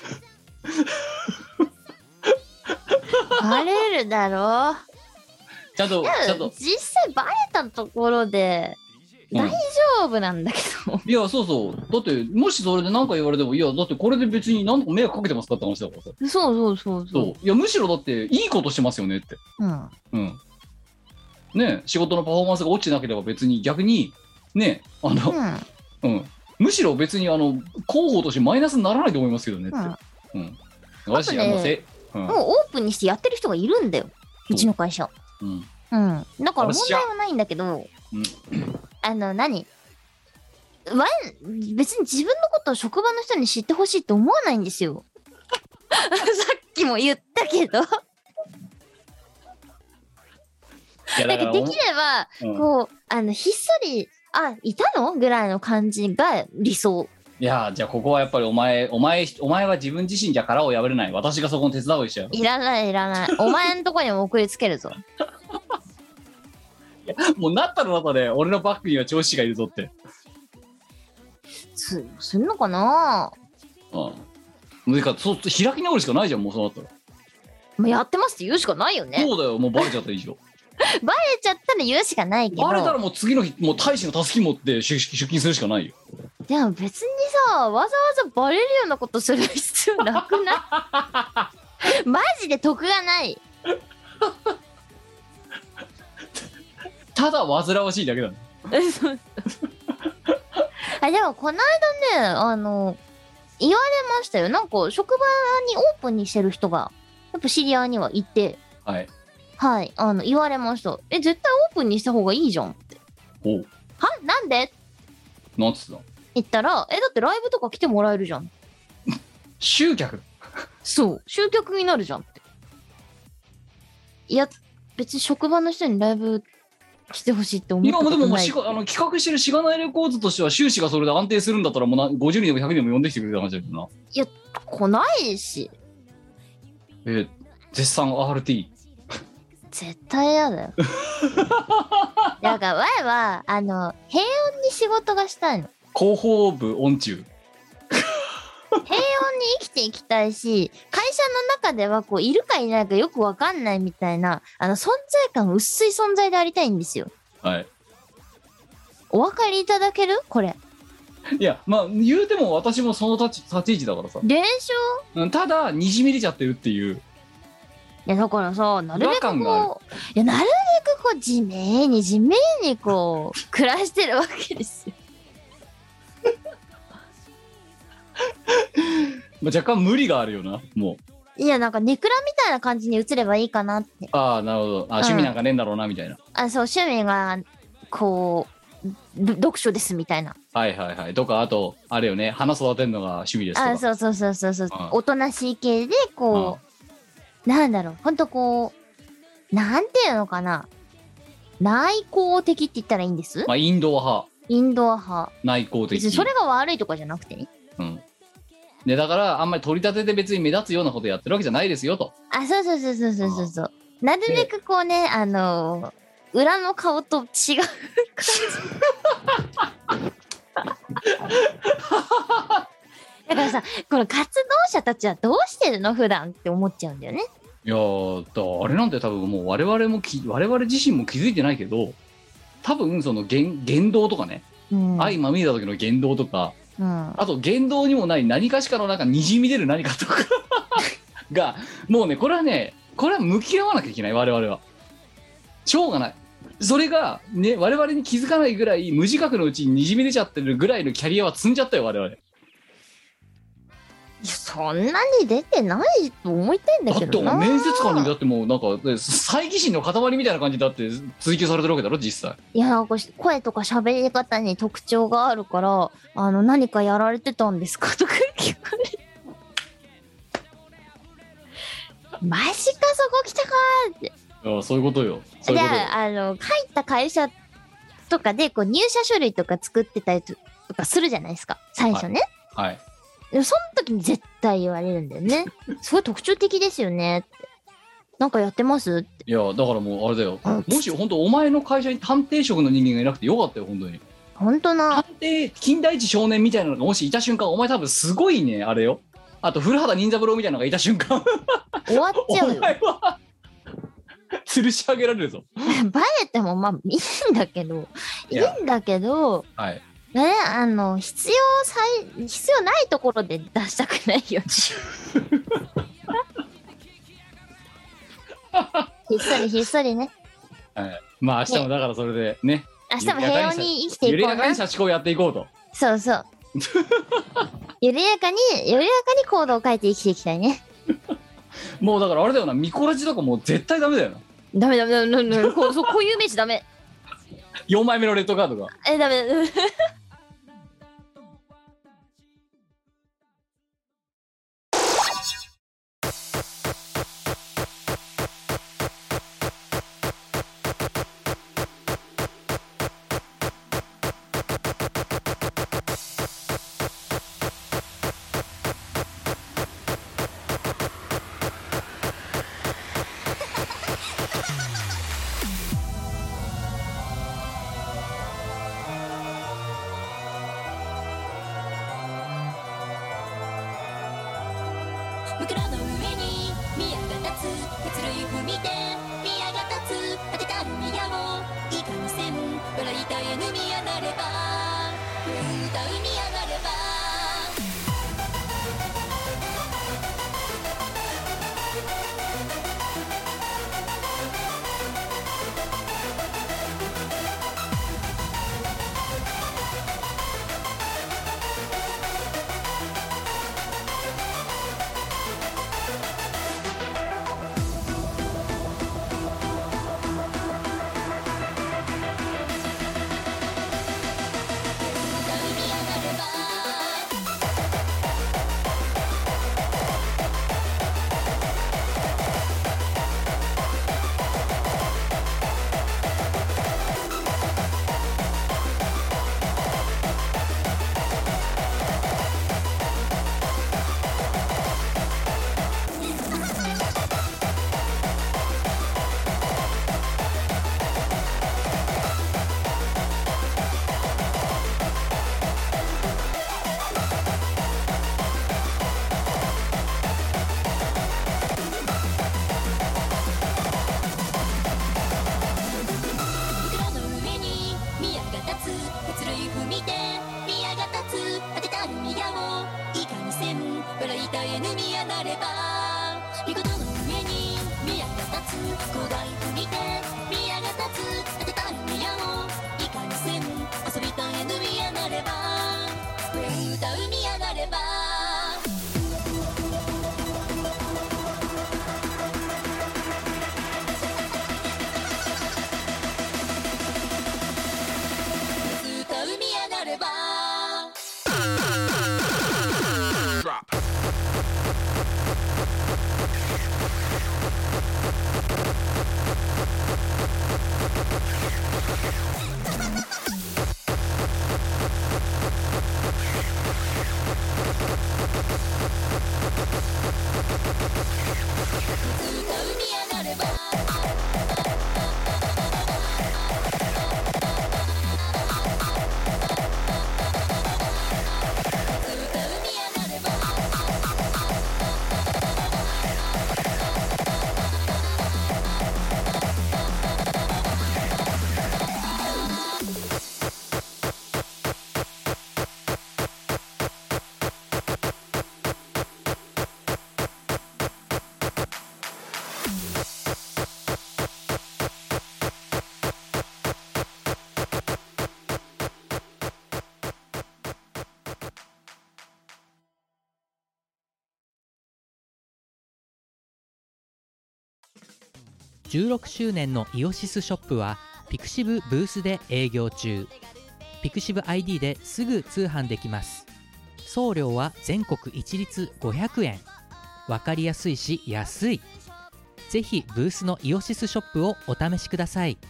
バレるだろ。 ちゃんと実際バレたところで大丈夫なんだけど、 いや、そうだってもしそれで何か言われても、いやだってこれで別に何か迷惑かけてますかって話だからさ。 そういや、むしろだっていいことしてますよねって。ね、仕事のパフォーマンスが落ちてなければ別に逆にね、むしろ別に広報としてマイナスにならないと思いますけどねって。私もうオープンにしてやってる人がいるんだよ、うちの会社。だから問題はないんだけど、何う別に自分のことを職場の人に知ってほしいって思わないんですよ。さっきも言ったけど。なんかできれば、こう、ひっそり、あ、いたのぐらいの感じが理想。 いやじゃあここはやっぱりお前は自分自身じゃ殻を破れない。私がそこの手伝うしちゃう。 いらないいらない。お前んとこにも送りつけるぞ。 もうなったらなったで、俺のバッグには上司がいるぞって。 すんのかな。 そう開き直るしかないじゃん、もうそうなったら。 もうやってますって言うしかないよね。 そうだよ、もうバレちゃった以上。 バレちゃったら言うしかないけど。 バレたらもう次の日、もう大使のたすき持って出勤するしかないよ。 でも別にさ、わざわざバレるようなことする必要なくないマジで得がない。 ただ煩わしいだけだね。 あ、でもこの間ね、言われましたよ。なんか職場にオープンにしてる人がやっぱ知り合いにはいて、 はいはい、言われました。絶対オープンにした方がいいじゃんって。 おう、 は、なんでなんつったの。 言ったら、だってライブとか来てもらえるじゃん。 集客。 そう、集客になるじゃんって。いや、別に職場の人にライブ来てほしいって思ったことない。 今もでも企画してるしがないレコーズとしては収支がそれで安定するんだったらもう50人でも100人でも呼んできてくれた感じだけどな。 いや、来ないし。 絶賛 RT。 絶対嫌だよ。だから前は平穏に仕事がしたいの。 広報部音中。 平穏に生きていきたいし、会社の中ではこういるかいないかよくわかんないみたいな存在感薄い存在でありたいんですよ。 はい。 お分かりいただけるこれ。 いやまあ言うても私もその立ち位置だからさ。 でしょ。 ただにじみ出ちゃってるっていう。 いやだからさ、なるべくこう、いやなるべくこう地面にこう暮らしてるわけですよ。 まあ若干無理があるよな、もう。いやなんかネクラみたいな感じに映ればいいかなって。 ああなるほど。趣味なんかねえんだろうなみたいな。 そう、趣味がこう読書ですみたいな。 はいはいはい。とかあとあれよね、花育てるのが趣味ですとか。 そう、おとなしい系でこう、なんだろう、ほんとこうなんていうのかな、内向的って言ったらいいんです。 まあインドア派。 内向的。 別にそれが悪いとかじゃなくてね。 でだからあんまり取り立てて別に目立つようなことやってるわけじゃないですよと。 そう。なるべくこうね、裏の顔と違う感じ。だからさ、この活動者たちはどうしてるの普段って思っちゃうんだよね。 いやあれなんて多分もう我々自身も気づいてないけど、多分その言動とかね、相まみれた時の言動とか、あと言動にもない何かしかのなんかにじみ出る何かとかがもうね、これは向き合わなきゃいけない。我々はしょうがない。それがね、我々に気づかないぐらい無自覚のうちににじみ出ちゃってるぐらいのキャリアは積んじゃったよ我々。 いやそんなに出てないと思いたいんだけどな。 だって面接官にだってもうなんか猜疑心の塊みたいな感じだって追求されてるわけだろ実際。いやなんか声とか喋り方に特徴があるから何かやられてたんですかとか聞かれる。マジかそこ来たかーって。 そういうことよ。 で入った会社とかでこう入社書類とか作ってたりとかするじゃないですか最初ね。 はい。 でもその時に絶対言われるんだよね。すごい特徴的ですよねって。なんかやってますって。 いやだからもうあれだよ。もし本当お前の会社に探偵職の人間がいなくてよかったよ本当に。 本当な。 探偵金田一少年みたいなのがもしいた瞬間、お前多分すごいねあれよ。あと古畑任三郎みたいなのがいた瞬間終わっちゃうよ。 お前は吊るし上げられるぞ。 バレてもまあいいんだけど、 はい。 ね、必要ないところで出したくないよ。ひっそりね。 はい。まあ明日もだからそれでね。 明日も平穏に生きていこうな。 緩やかに社畜をやっていこうと。 そう。緩やかに行動を変えて生きていきたいね。 もうだからあれだよな、ミコラジとかもう絶対ダメだよな。 ダメこういうイメージダメ。 4枚目のレッドカードがダメ袋の上に宮が立つ鉄類踏みて宮が立つ当てたる宮をいかにせん笑いたえぬ宮なれば歌う宮なれば 16周年のイオシスショップはピクシブブースで営業中。ピクシブ ID ですぐ通販できます。送料は全国一律500円。わかりやすいし安い。ぜひブースのイオシスショップをお試しください。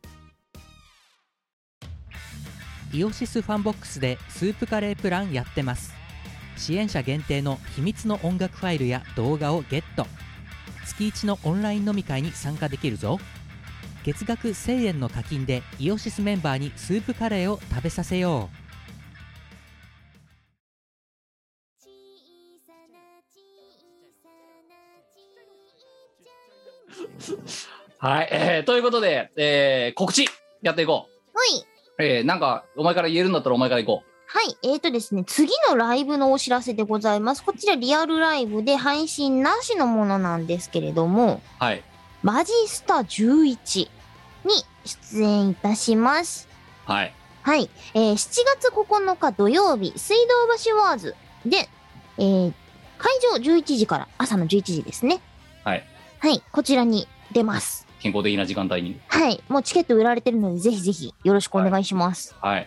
イオシスファンボックスでスープカレープランやってます。支援者限定の秘密の音楽ファイルや動画をゲット。月1のオンライン飲み会に参加できるぞ。月額1000円の課金でイオシスメンバーにスープカレーを食べさせよう。はい、ということで、告知やっていこう。 はい。 なんかお前から言えるんだったらお前から行こう。 はい。ですね、次のライブのお知らせでございます。こちらリアルライブで配信なしのものなんですけれども、 はい。 マジスタ11に出演いたします。 はい。 はい。7月9日土曜日、水道橋ワーズで、会場11時から朝の11時ですね。 はい。 はい。こちらに出ます。 健康的な時間帯に。 はい。もうチケット売られてるので、ぜひぜひよろしくお願いします。 はい。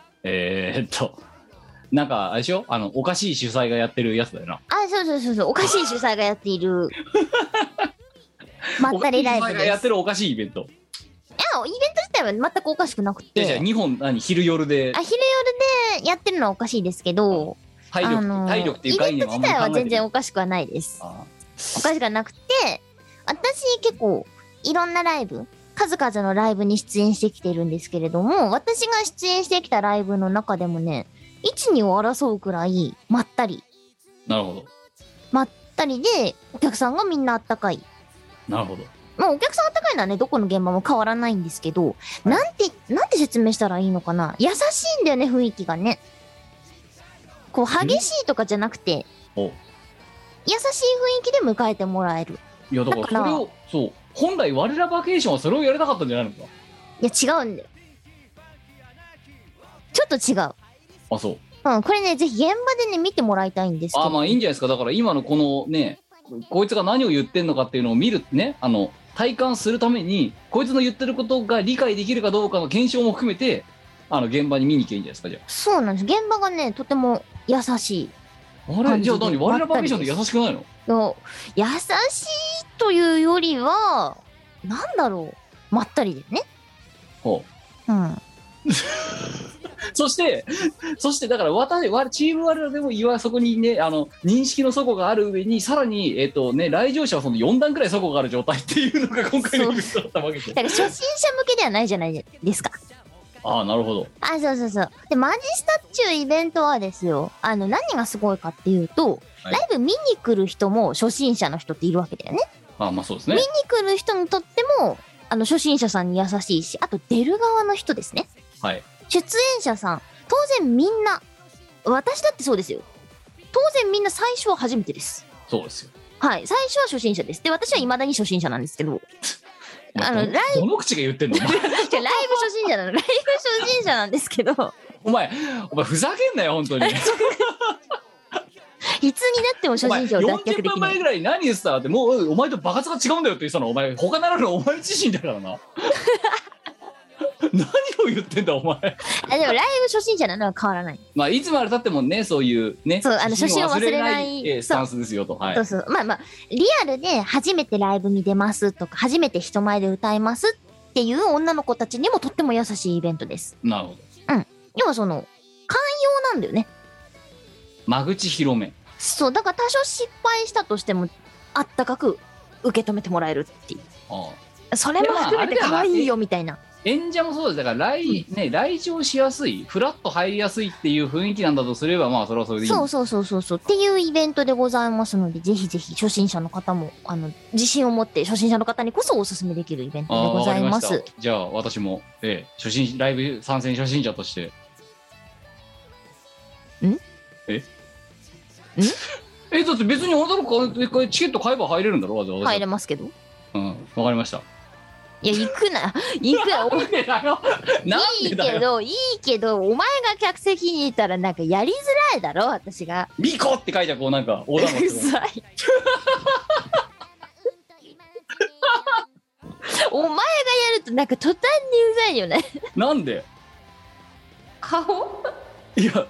なんかあれでしょ、おかしい主催がやってるやつだよな。 そうおかしい主催がやっているまったりライブです。おかしい主催がやってるおかしいイベント。 いや、イベント自体は全くおかしくなくて、 じゃあ2本昼夜で昼夜でやってるのはおかしいですけど、 体力っていう概念はあんまり考えてない。イベント自体は全然おかしくはないです。おかしくはなくて、私結構いろんなライブ、数々のライブに出演してきてるんですけれども、私が出演してきたライブの中でもね、1、2を争うくらいまったり。 なるほど。 まっったりで、お客さんがみんなあったかい。 なるほど。 まあお客さんあったかいのはね、どこの現場も変わらないんですけど、なんて説明したらいいのかな。優しいんだよね、雰囲気がね。こう、激しいとかじゃなくて、 お優しい雰囲気で迎えてもらえる。 いやだからそれをそう本来我らバケーションはそれをやりたかったんじゃないのか。 いや、違うんだよ。ちょっと違う。 あ、そう。 うん、これね、ぜひ現場でね、見てもらいたいんですけど。 あ、まあいいんじゃないですか。だから今のこのね、こいつが何を言ってんのかっていうのを見るね、体感するためにこいつの言ってることが理解できるかどうかの検証も含めて現場に見に行けばいいんじゃないですか。じゃそうなんです。現場がね、とても優しい。 あれじゃあ何我らバケーションって優しくないの？ 優しいというよりは、なんだろう、まったりでね。 ほう。うん。 そしてだからチーム我らでもそこにね認識の底がある上にさらに来場者はその4段くらい底がある状態っていうのが今回のイベントだったわけで。 だから初心者向けではないじゃないですか。 ああ、なるほど。 あ、そうそうそう。で、マジスタっちゅうイベントはですよ、何がすごいかっていうと、 はい、 ライブ見に来る人も初心者の人っているわけだよね。 あ、まあそうですね。 見に来る人にとっても、初心者さんに優しいし、あと出る側の人ですね。 はい。 出演者さん、当然みんな、私だってそうですよ。当然みんな最初は初めてです。 そうですよ。 はい、最初は初心者です。で、私は未だに初心者なんですけど。 どの口が言ってんの？ ライブ初心者なの。ライブ初心者なんですけど。 お前ふざけんなよ本当に。 いつになっても初心者を脱却できない。 40分前ぐらいに何言ってたってもうお前と爆発が違うんだよって言ってたのお前他ならぬお前自身だからな。何を言ってんだお前。 でもライブ初心者なのは変わらない。 まあいつまでたってもねそういうねそう初心を忘れないスタンスですよと。はい、 そうそうまあリアルで初めてライブに出ますとか初めて人前で歌いますっていう女の子たちにもとっても優しいイベントです。 なるほど。 うん。要は寛容なんだよね。 間口広め。 そうだから多少失敗したとしてもあったかく受け止めてもらえるっていう。 ああ。それも含めて可愛いよみたいな。 演者もそうです。だから来場しやすいフラッと入りやすいっていう雰囲気なんだとすればまあそれはそれでいい。 そうっていうイベントでございますのでぜひぜひ初心者の方も自信を持って初心者の方にこそおすすめできるイベントでございます。 じゃあ私も、ライブ参戦初心者としてだって別にあなたのチケット買えば入れるんだろ。わざわざ入れますけど。 うん、わかりました。 いや行くななんでだよ。 いいけどお前が客席にいたらなんかやりづらいだろ私が。 ミコって書いてこうなんか横断幕。 うざい。お前がやるとなんか途端にうざいよね。 なんで？ 顔？ いや。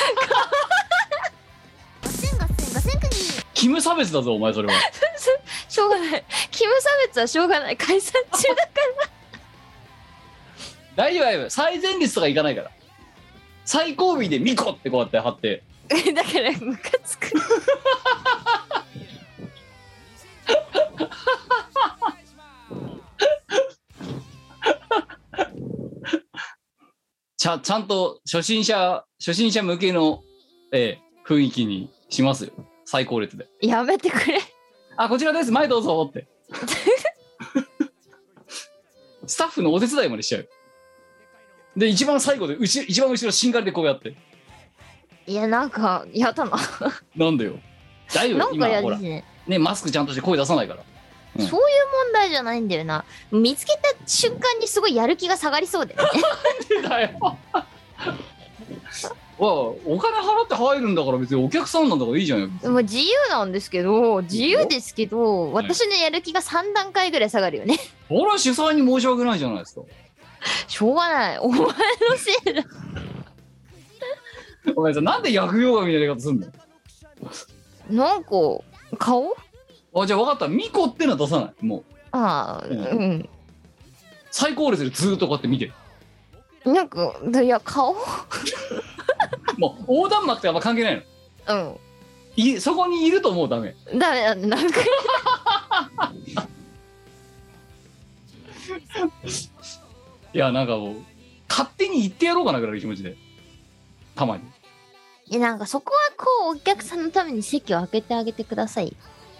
キム差別だぞお前それは。 しょうがない。キム差別はしょうがない。解散中だから。 大丈夫最前列とか行かないから。最後尾でミコってこうやって貼って。 だからムカつく。 ちゃんと初心者向けの、雰囲気にしますよ。最高列で。 やめてくれ。 あ、こちらです前どうぞって。スタッフのお手伝いまでしちゃう。で一番最後で一番後ろしんがりでこうやって。 いやなんかやだな。 なんだよ。大丈夫。 なんかやですね。 ねマスクちゃんとして声出さないから。 そういう問題じゃないんだよな。見つけた瞬間にすごいやる気が下がりそうだよね。 なんでだよ。お金払って入るんだから別にお客さんなんだからいいじゃんよ。 自由なんですけど私のやる気が3段階ぐらい下がるよね。 ほら主催に申し訳ないじゃないですか。 しょうがないお前のせいだ。 お前さなんで薬用がみたいな言い方すんの。 なんか顔じゃあ分かった。ミコってのは出さない。もううん最高列でずーっとこうやって見てる。 なんかいや顔もう横断幕ってあんま関係ないの。そこにいるともうダメなんかいやなんかもう勝手に言ってやろうかなぐらいの気持ちでたまに。 いやなんかそこはこうお客さんのために席を開けてあげてください。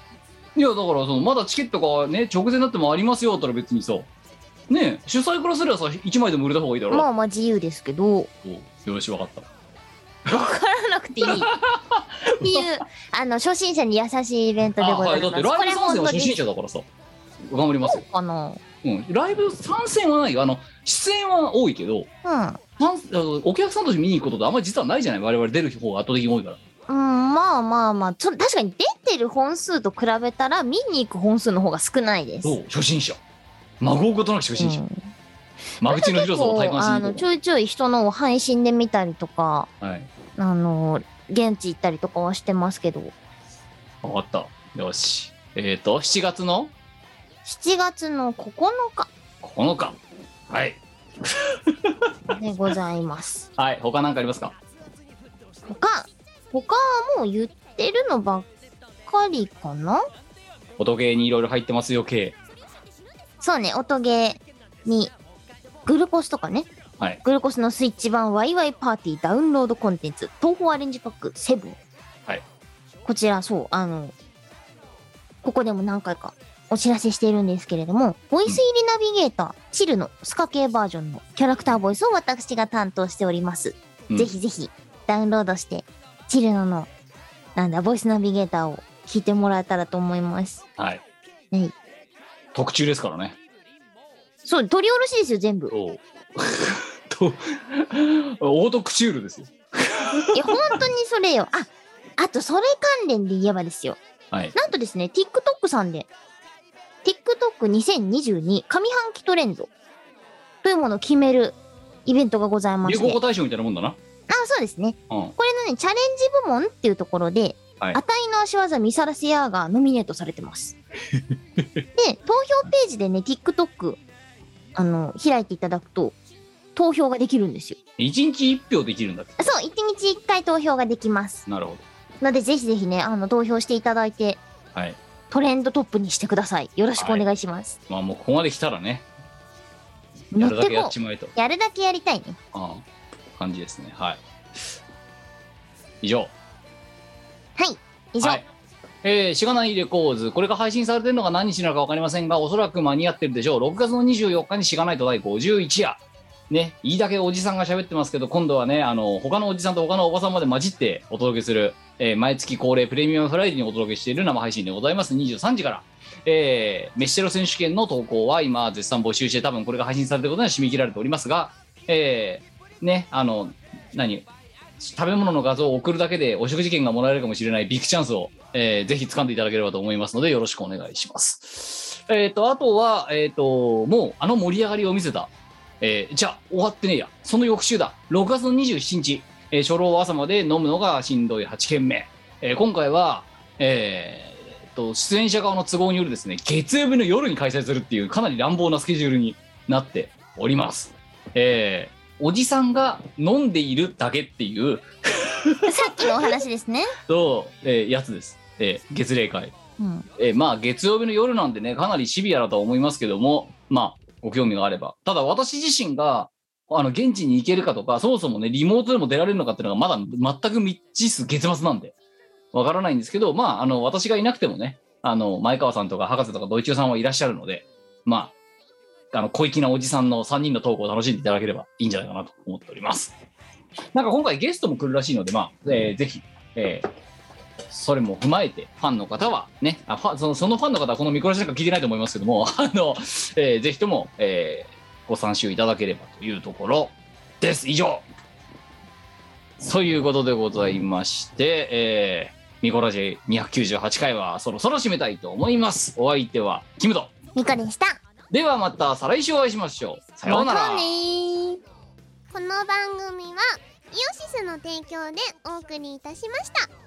いやだからそのまだチケットがね直前になってもありますよったら別にさね主催からすればさ1枚でも売れた方がいいだろ。 まあまあ自由ですけど、 よし分かった。 分からなくていいっていう初心者に優しいイベントでございます。 だってライブ参戦は初心者だからさ頑張りますよ。 かな。 ライブ参戦はないよ。出演は多いけど、お客さんとして見に行くことってあんまり実はないじゃない。我々出る方が圧倒的に多いから。 まあまあまあ確かに出てる本数と比べたら見に行く本数の方が少ないです。 そう初心者孫うことなく初心者、間口の広さを体感しに行く。 ちょいちょい人の配信で見たりとか、 はい、 現地行ったりとかはしてますけど。 分かった。よし7月の 9日はいでございますはい。他何かありますか？ 他はもう言ってるのばっかりかな。 音ゲーにいろいろ入ってますよ系。 そうね、音ゲーにグルコスとかね、 はい、 グルコスのスイッチ版ワイワイパーティーダウンロードコンテンツ東宝アレンジパック7、 はい、 こちらそうここでも何回かお知らせしているんですけれども、ボイス入りナビゲーター、チルのスカ系バージョンのキャラクターボイスを私が担当しております、ぜひぜひダウンロードしてチルのボイスナビゲーターを聞いてもらえたらと思います。 はい、 はい、 特注ですからね。 そう取り下ろしですよ全部。 オートクチュールですよ。 いや本当にそれよ。あとそれ関連で言えばですよ、 はい、 なんとですね TikTok さんで TikTok2022 上半期トレンドというものを決めるイベントがございまして、 流行語大賞みたいなもんだな。 そうですね、 これのねチャレンジ部門っていうところで、あたいの足技見さらせやがノミネートされてますで投票ページでね TikTok 開いていただくと投票ができるんですよ。 1日1票できるんだっけ？ そう、1日1回投票ができます。 なるほど。のでぜひぜひね投票していただいて、 はい、 トレンドトップにしてください。よろしくお願いします。 まあもうここまで来たらねやるだけやっちまえと。 やるだけやりたいね。 感じですね。はい。以上。 以上。 しがないレコーズ、これが配信されてるのが何日なのか分かりませんが、おそらく間に合ってるでしょう。6月の24日にしがないと第51夜。ね、いいだけおじさんが喋ってますけど、今度はね、他のおじさんと他のおばさんまで混じってお届けする、毎月恒例プレミアムフライデーにお届けしている生配信でございます。23時から。メッシェロ選手権の投稿は今絶賛募集して、多分これが配信されてることには締め切られておりますが、ね、食べ物の画像を送るだけでお食事券がもらえるかもしれないビッグチャンスを、ぜひ掴んでいただければと思いますのでよろしくお願いします。あとは、もう盛り上がりを見せた、じゃあ終わってねえや、その翌週だ、6月の27日、初老朝まで飲むのがしんどい8軒目、今回は、出演者側の都合によるですね、月曜日の夜に開催するっていうかなり乱暴なスケジュールになっております。おじさんが飲んでいるだけっていうさっきのお話ですね。 そう、やつです。月例会、まあ月曜日の夜なんでね、かなりシビアだとは思いますけども、まあご興味があれば。ただ私自身が現地に行けるかとか、そもそもねリモートでも出られるのかっていうのがまだ全く未知数月末なんでわからないんですけど、まあ私がいなくてもね、前川さんとか博士とかドイチューさんはいらっしゃるので、まあ小粋なおじさんの3人のトークを楽しんでいただければいいんじゃないかなと思っております。なんか今回ゲストも来るらしいので、まあぜひ、それも踏まえてファンの方はね、そのファンの方はこのミコラジなんか聞いてないと思いますけども、ぜひとも、ご参集いただければというところです。以上ということでございまして、ミコラジ298回はそろそろ締めたいと思います。お相手はキムとミコでした。 ではまた再来週お会いしましょう。さようなら。 またね。 この番組はイオシスの提供でお送りいたしました。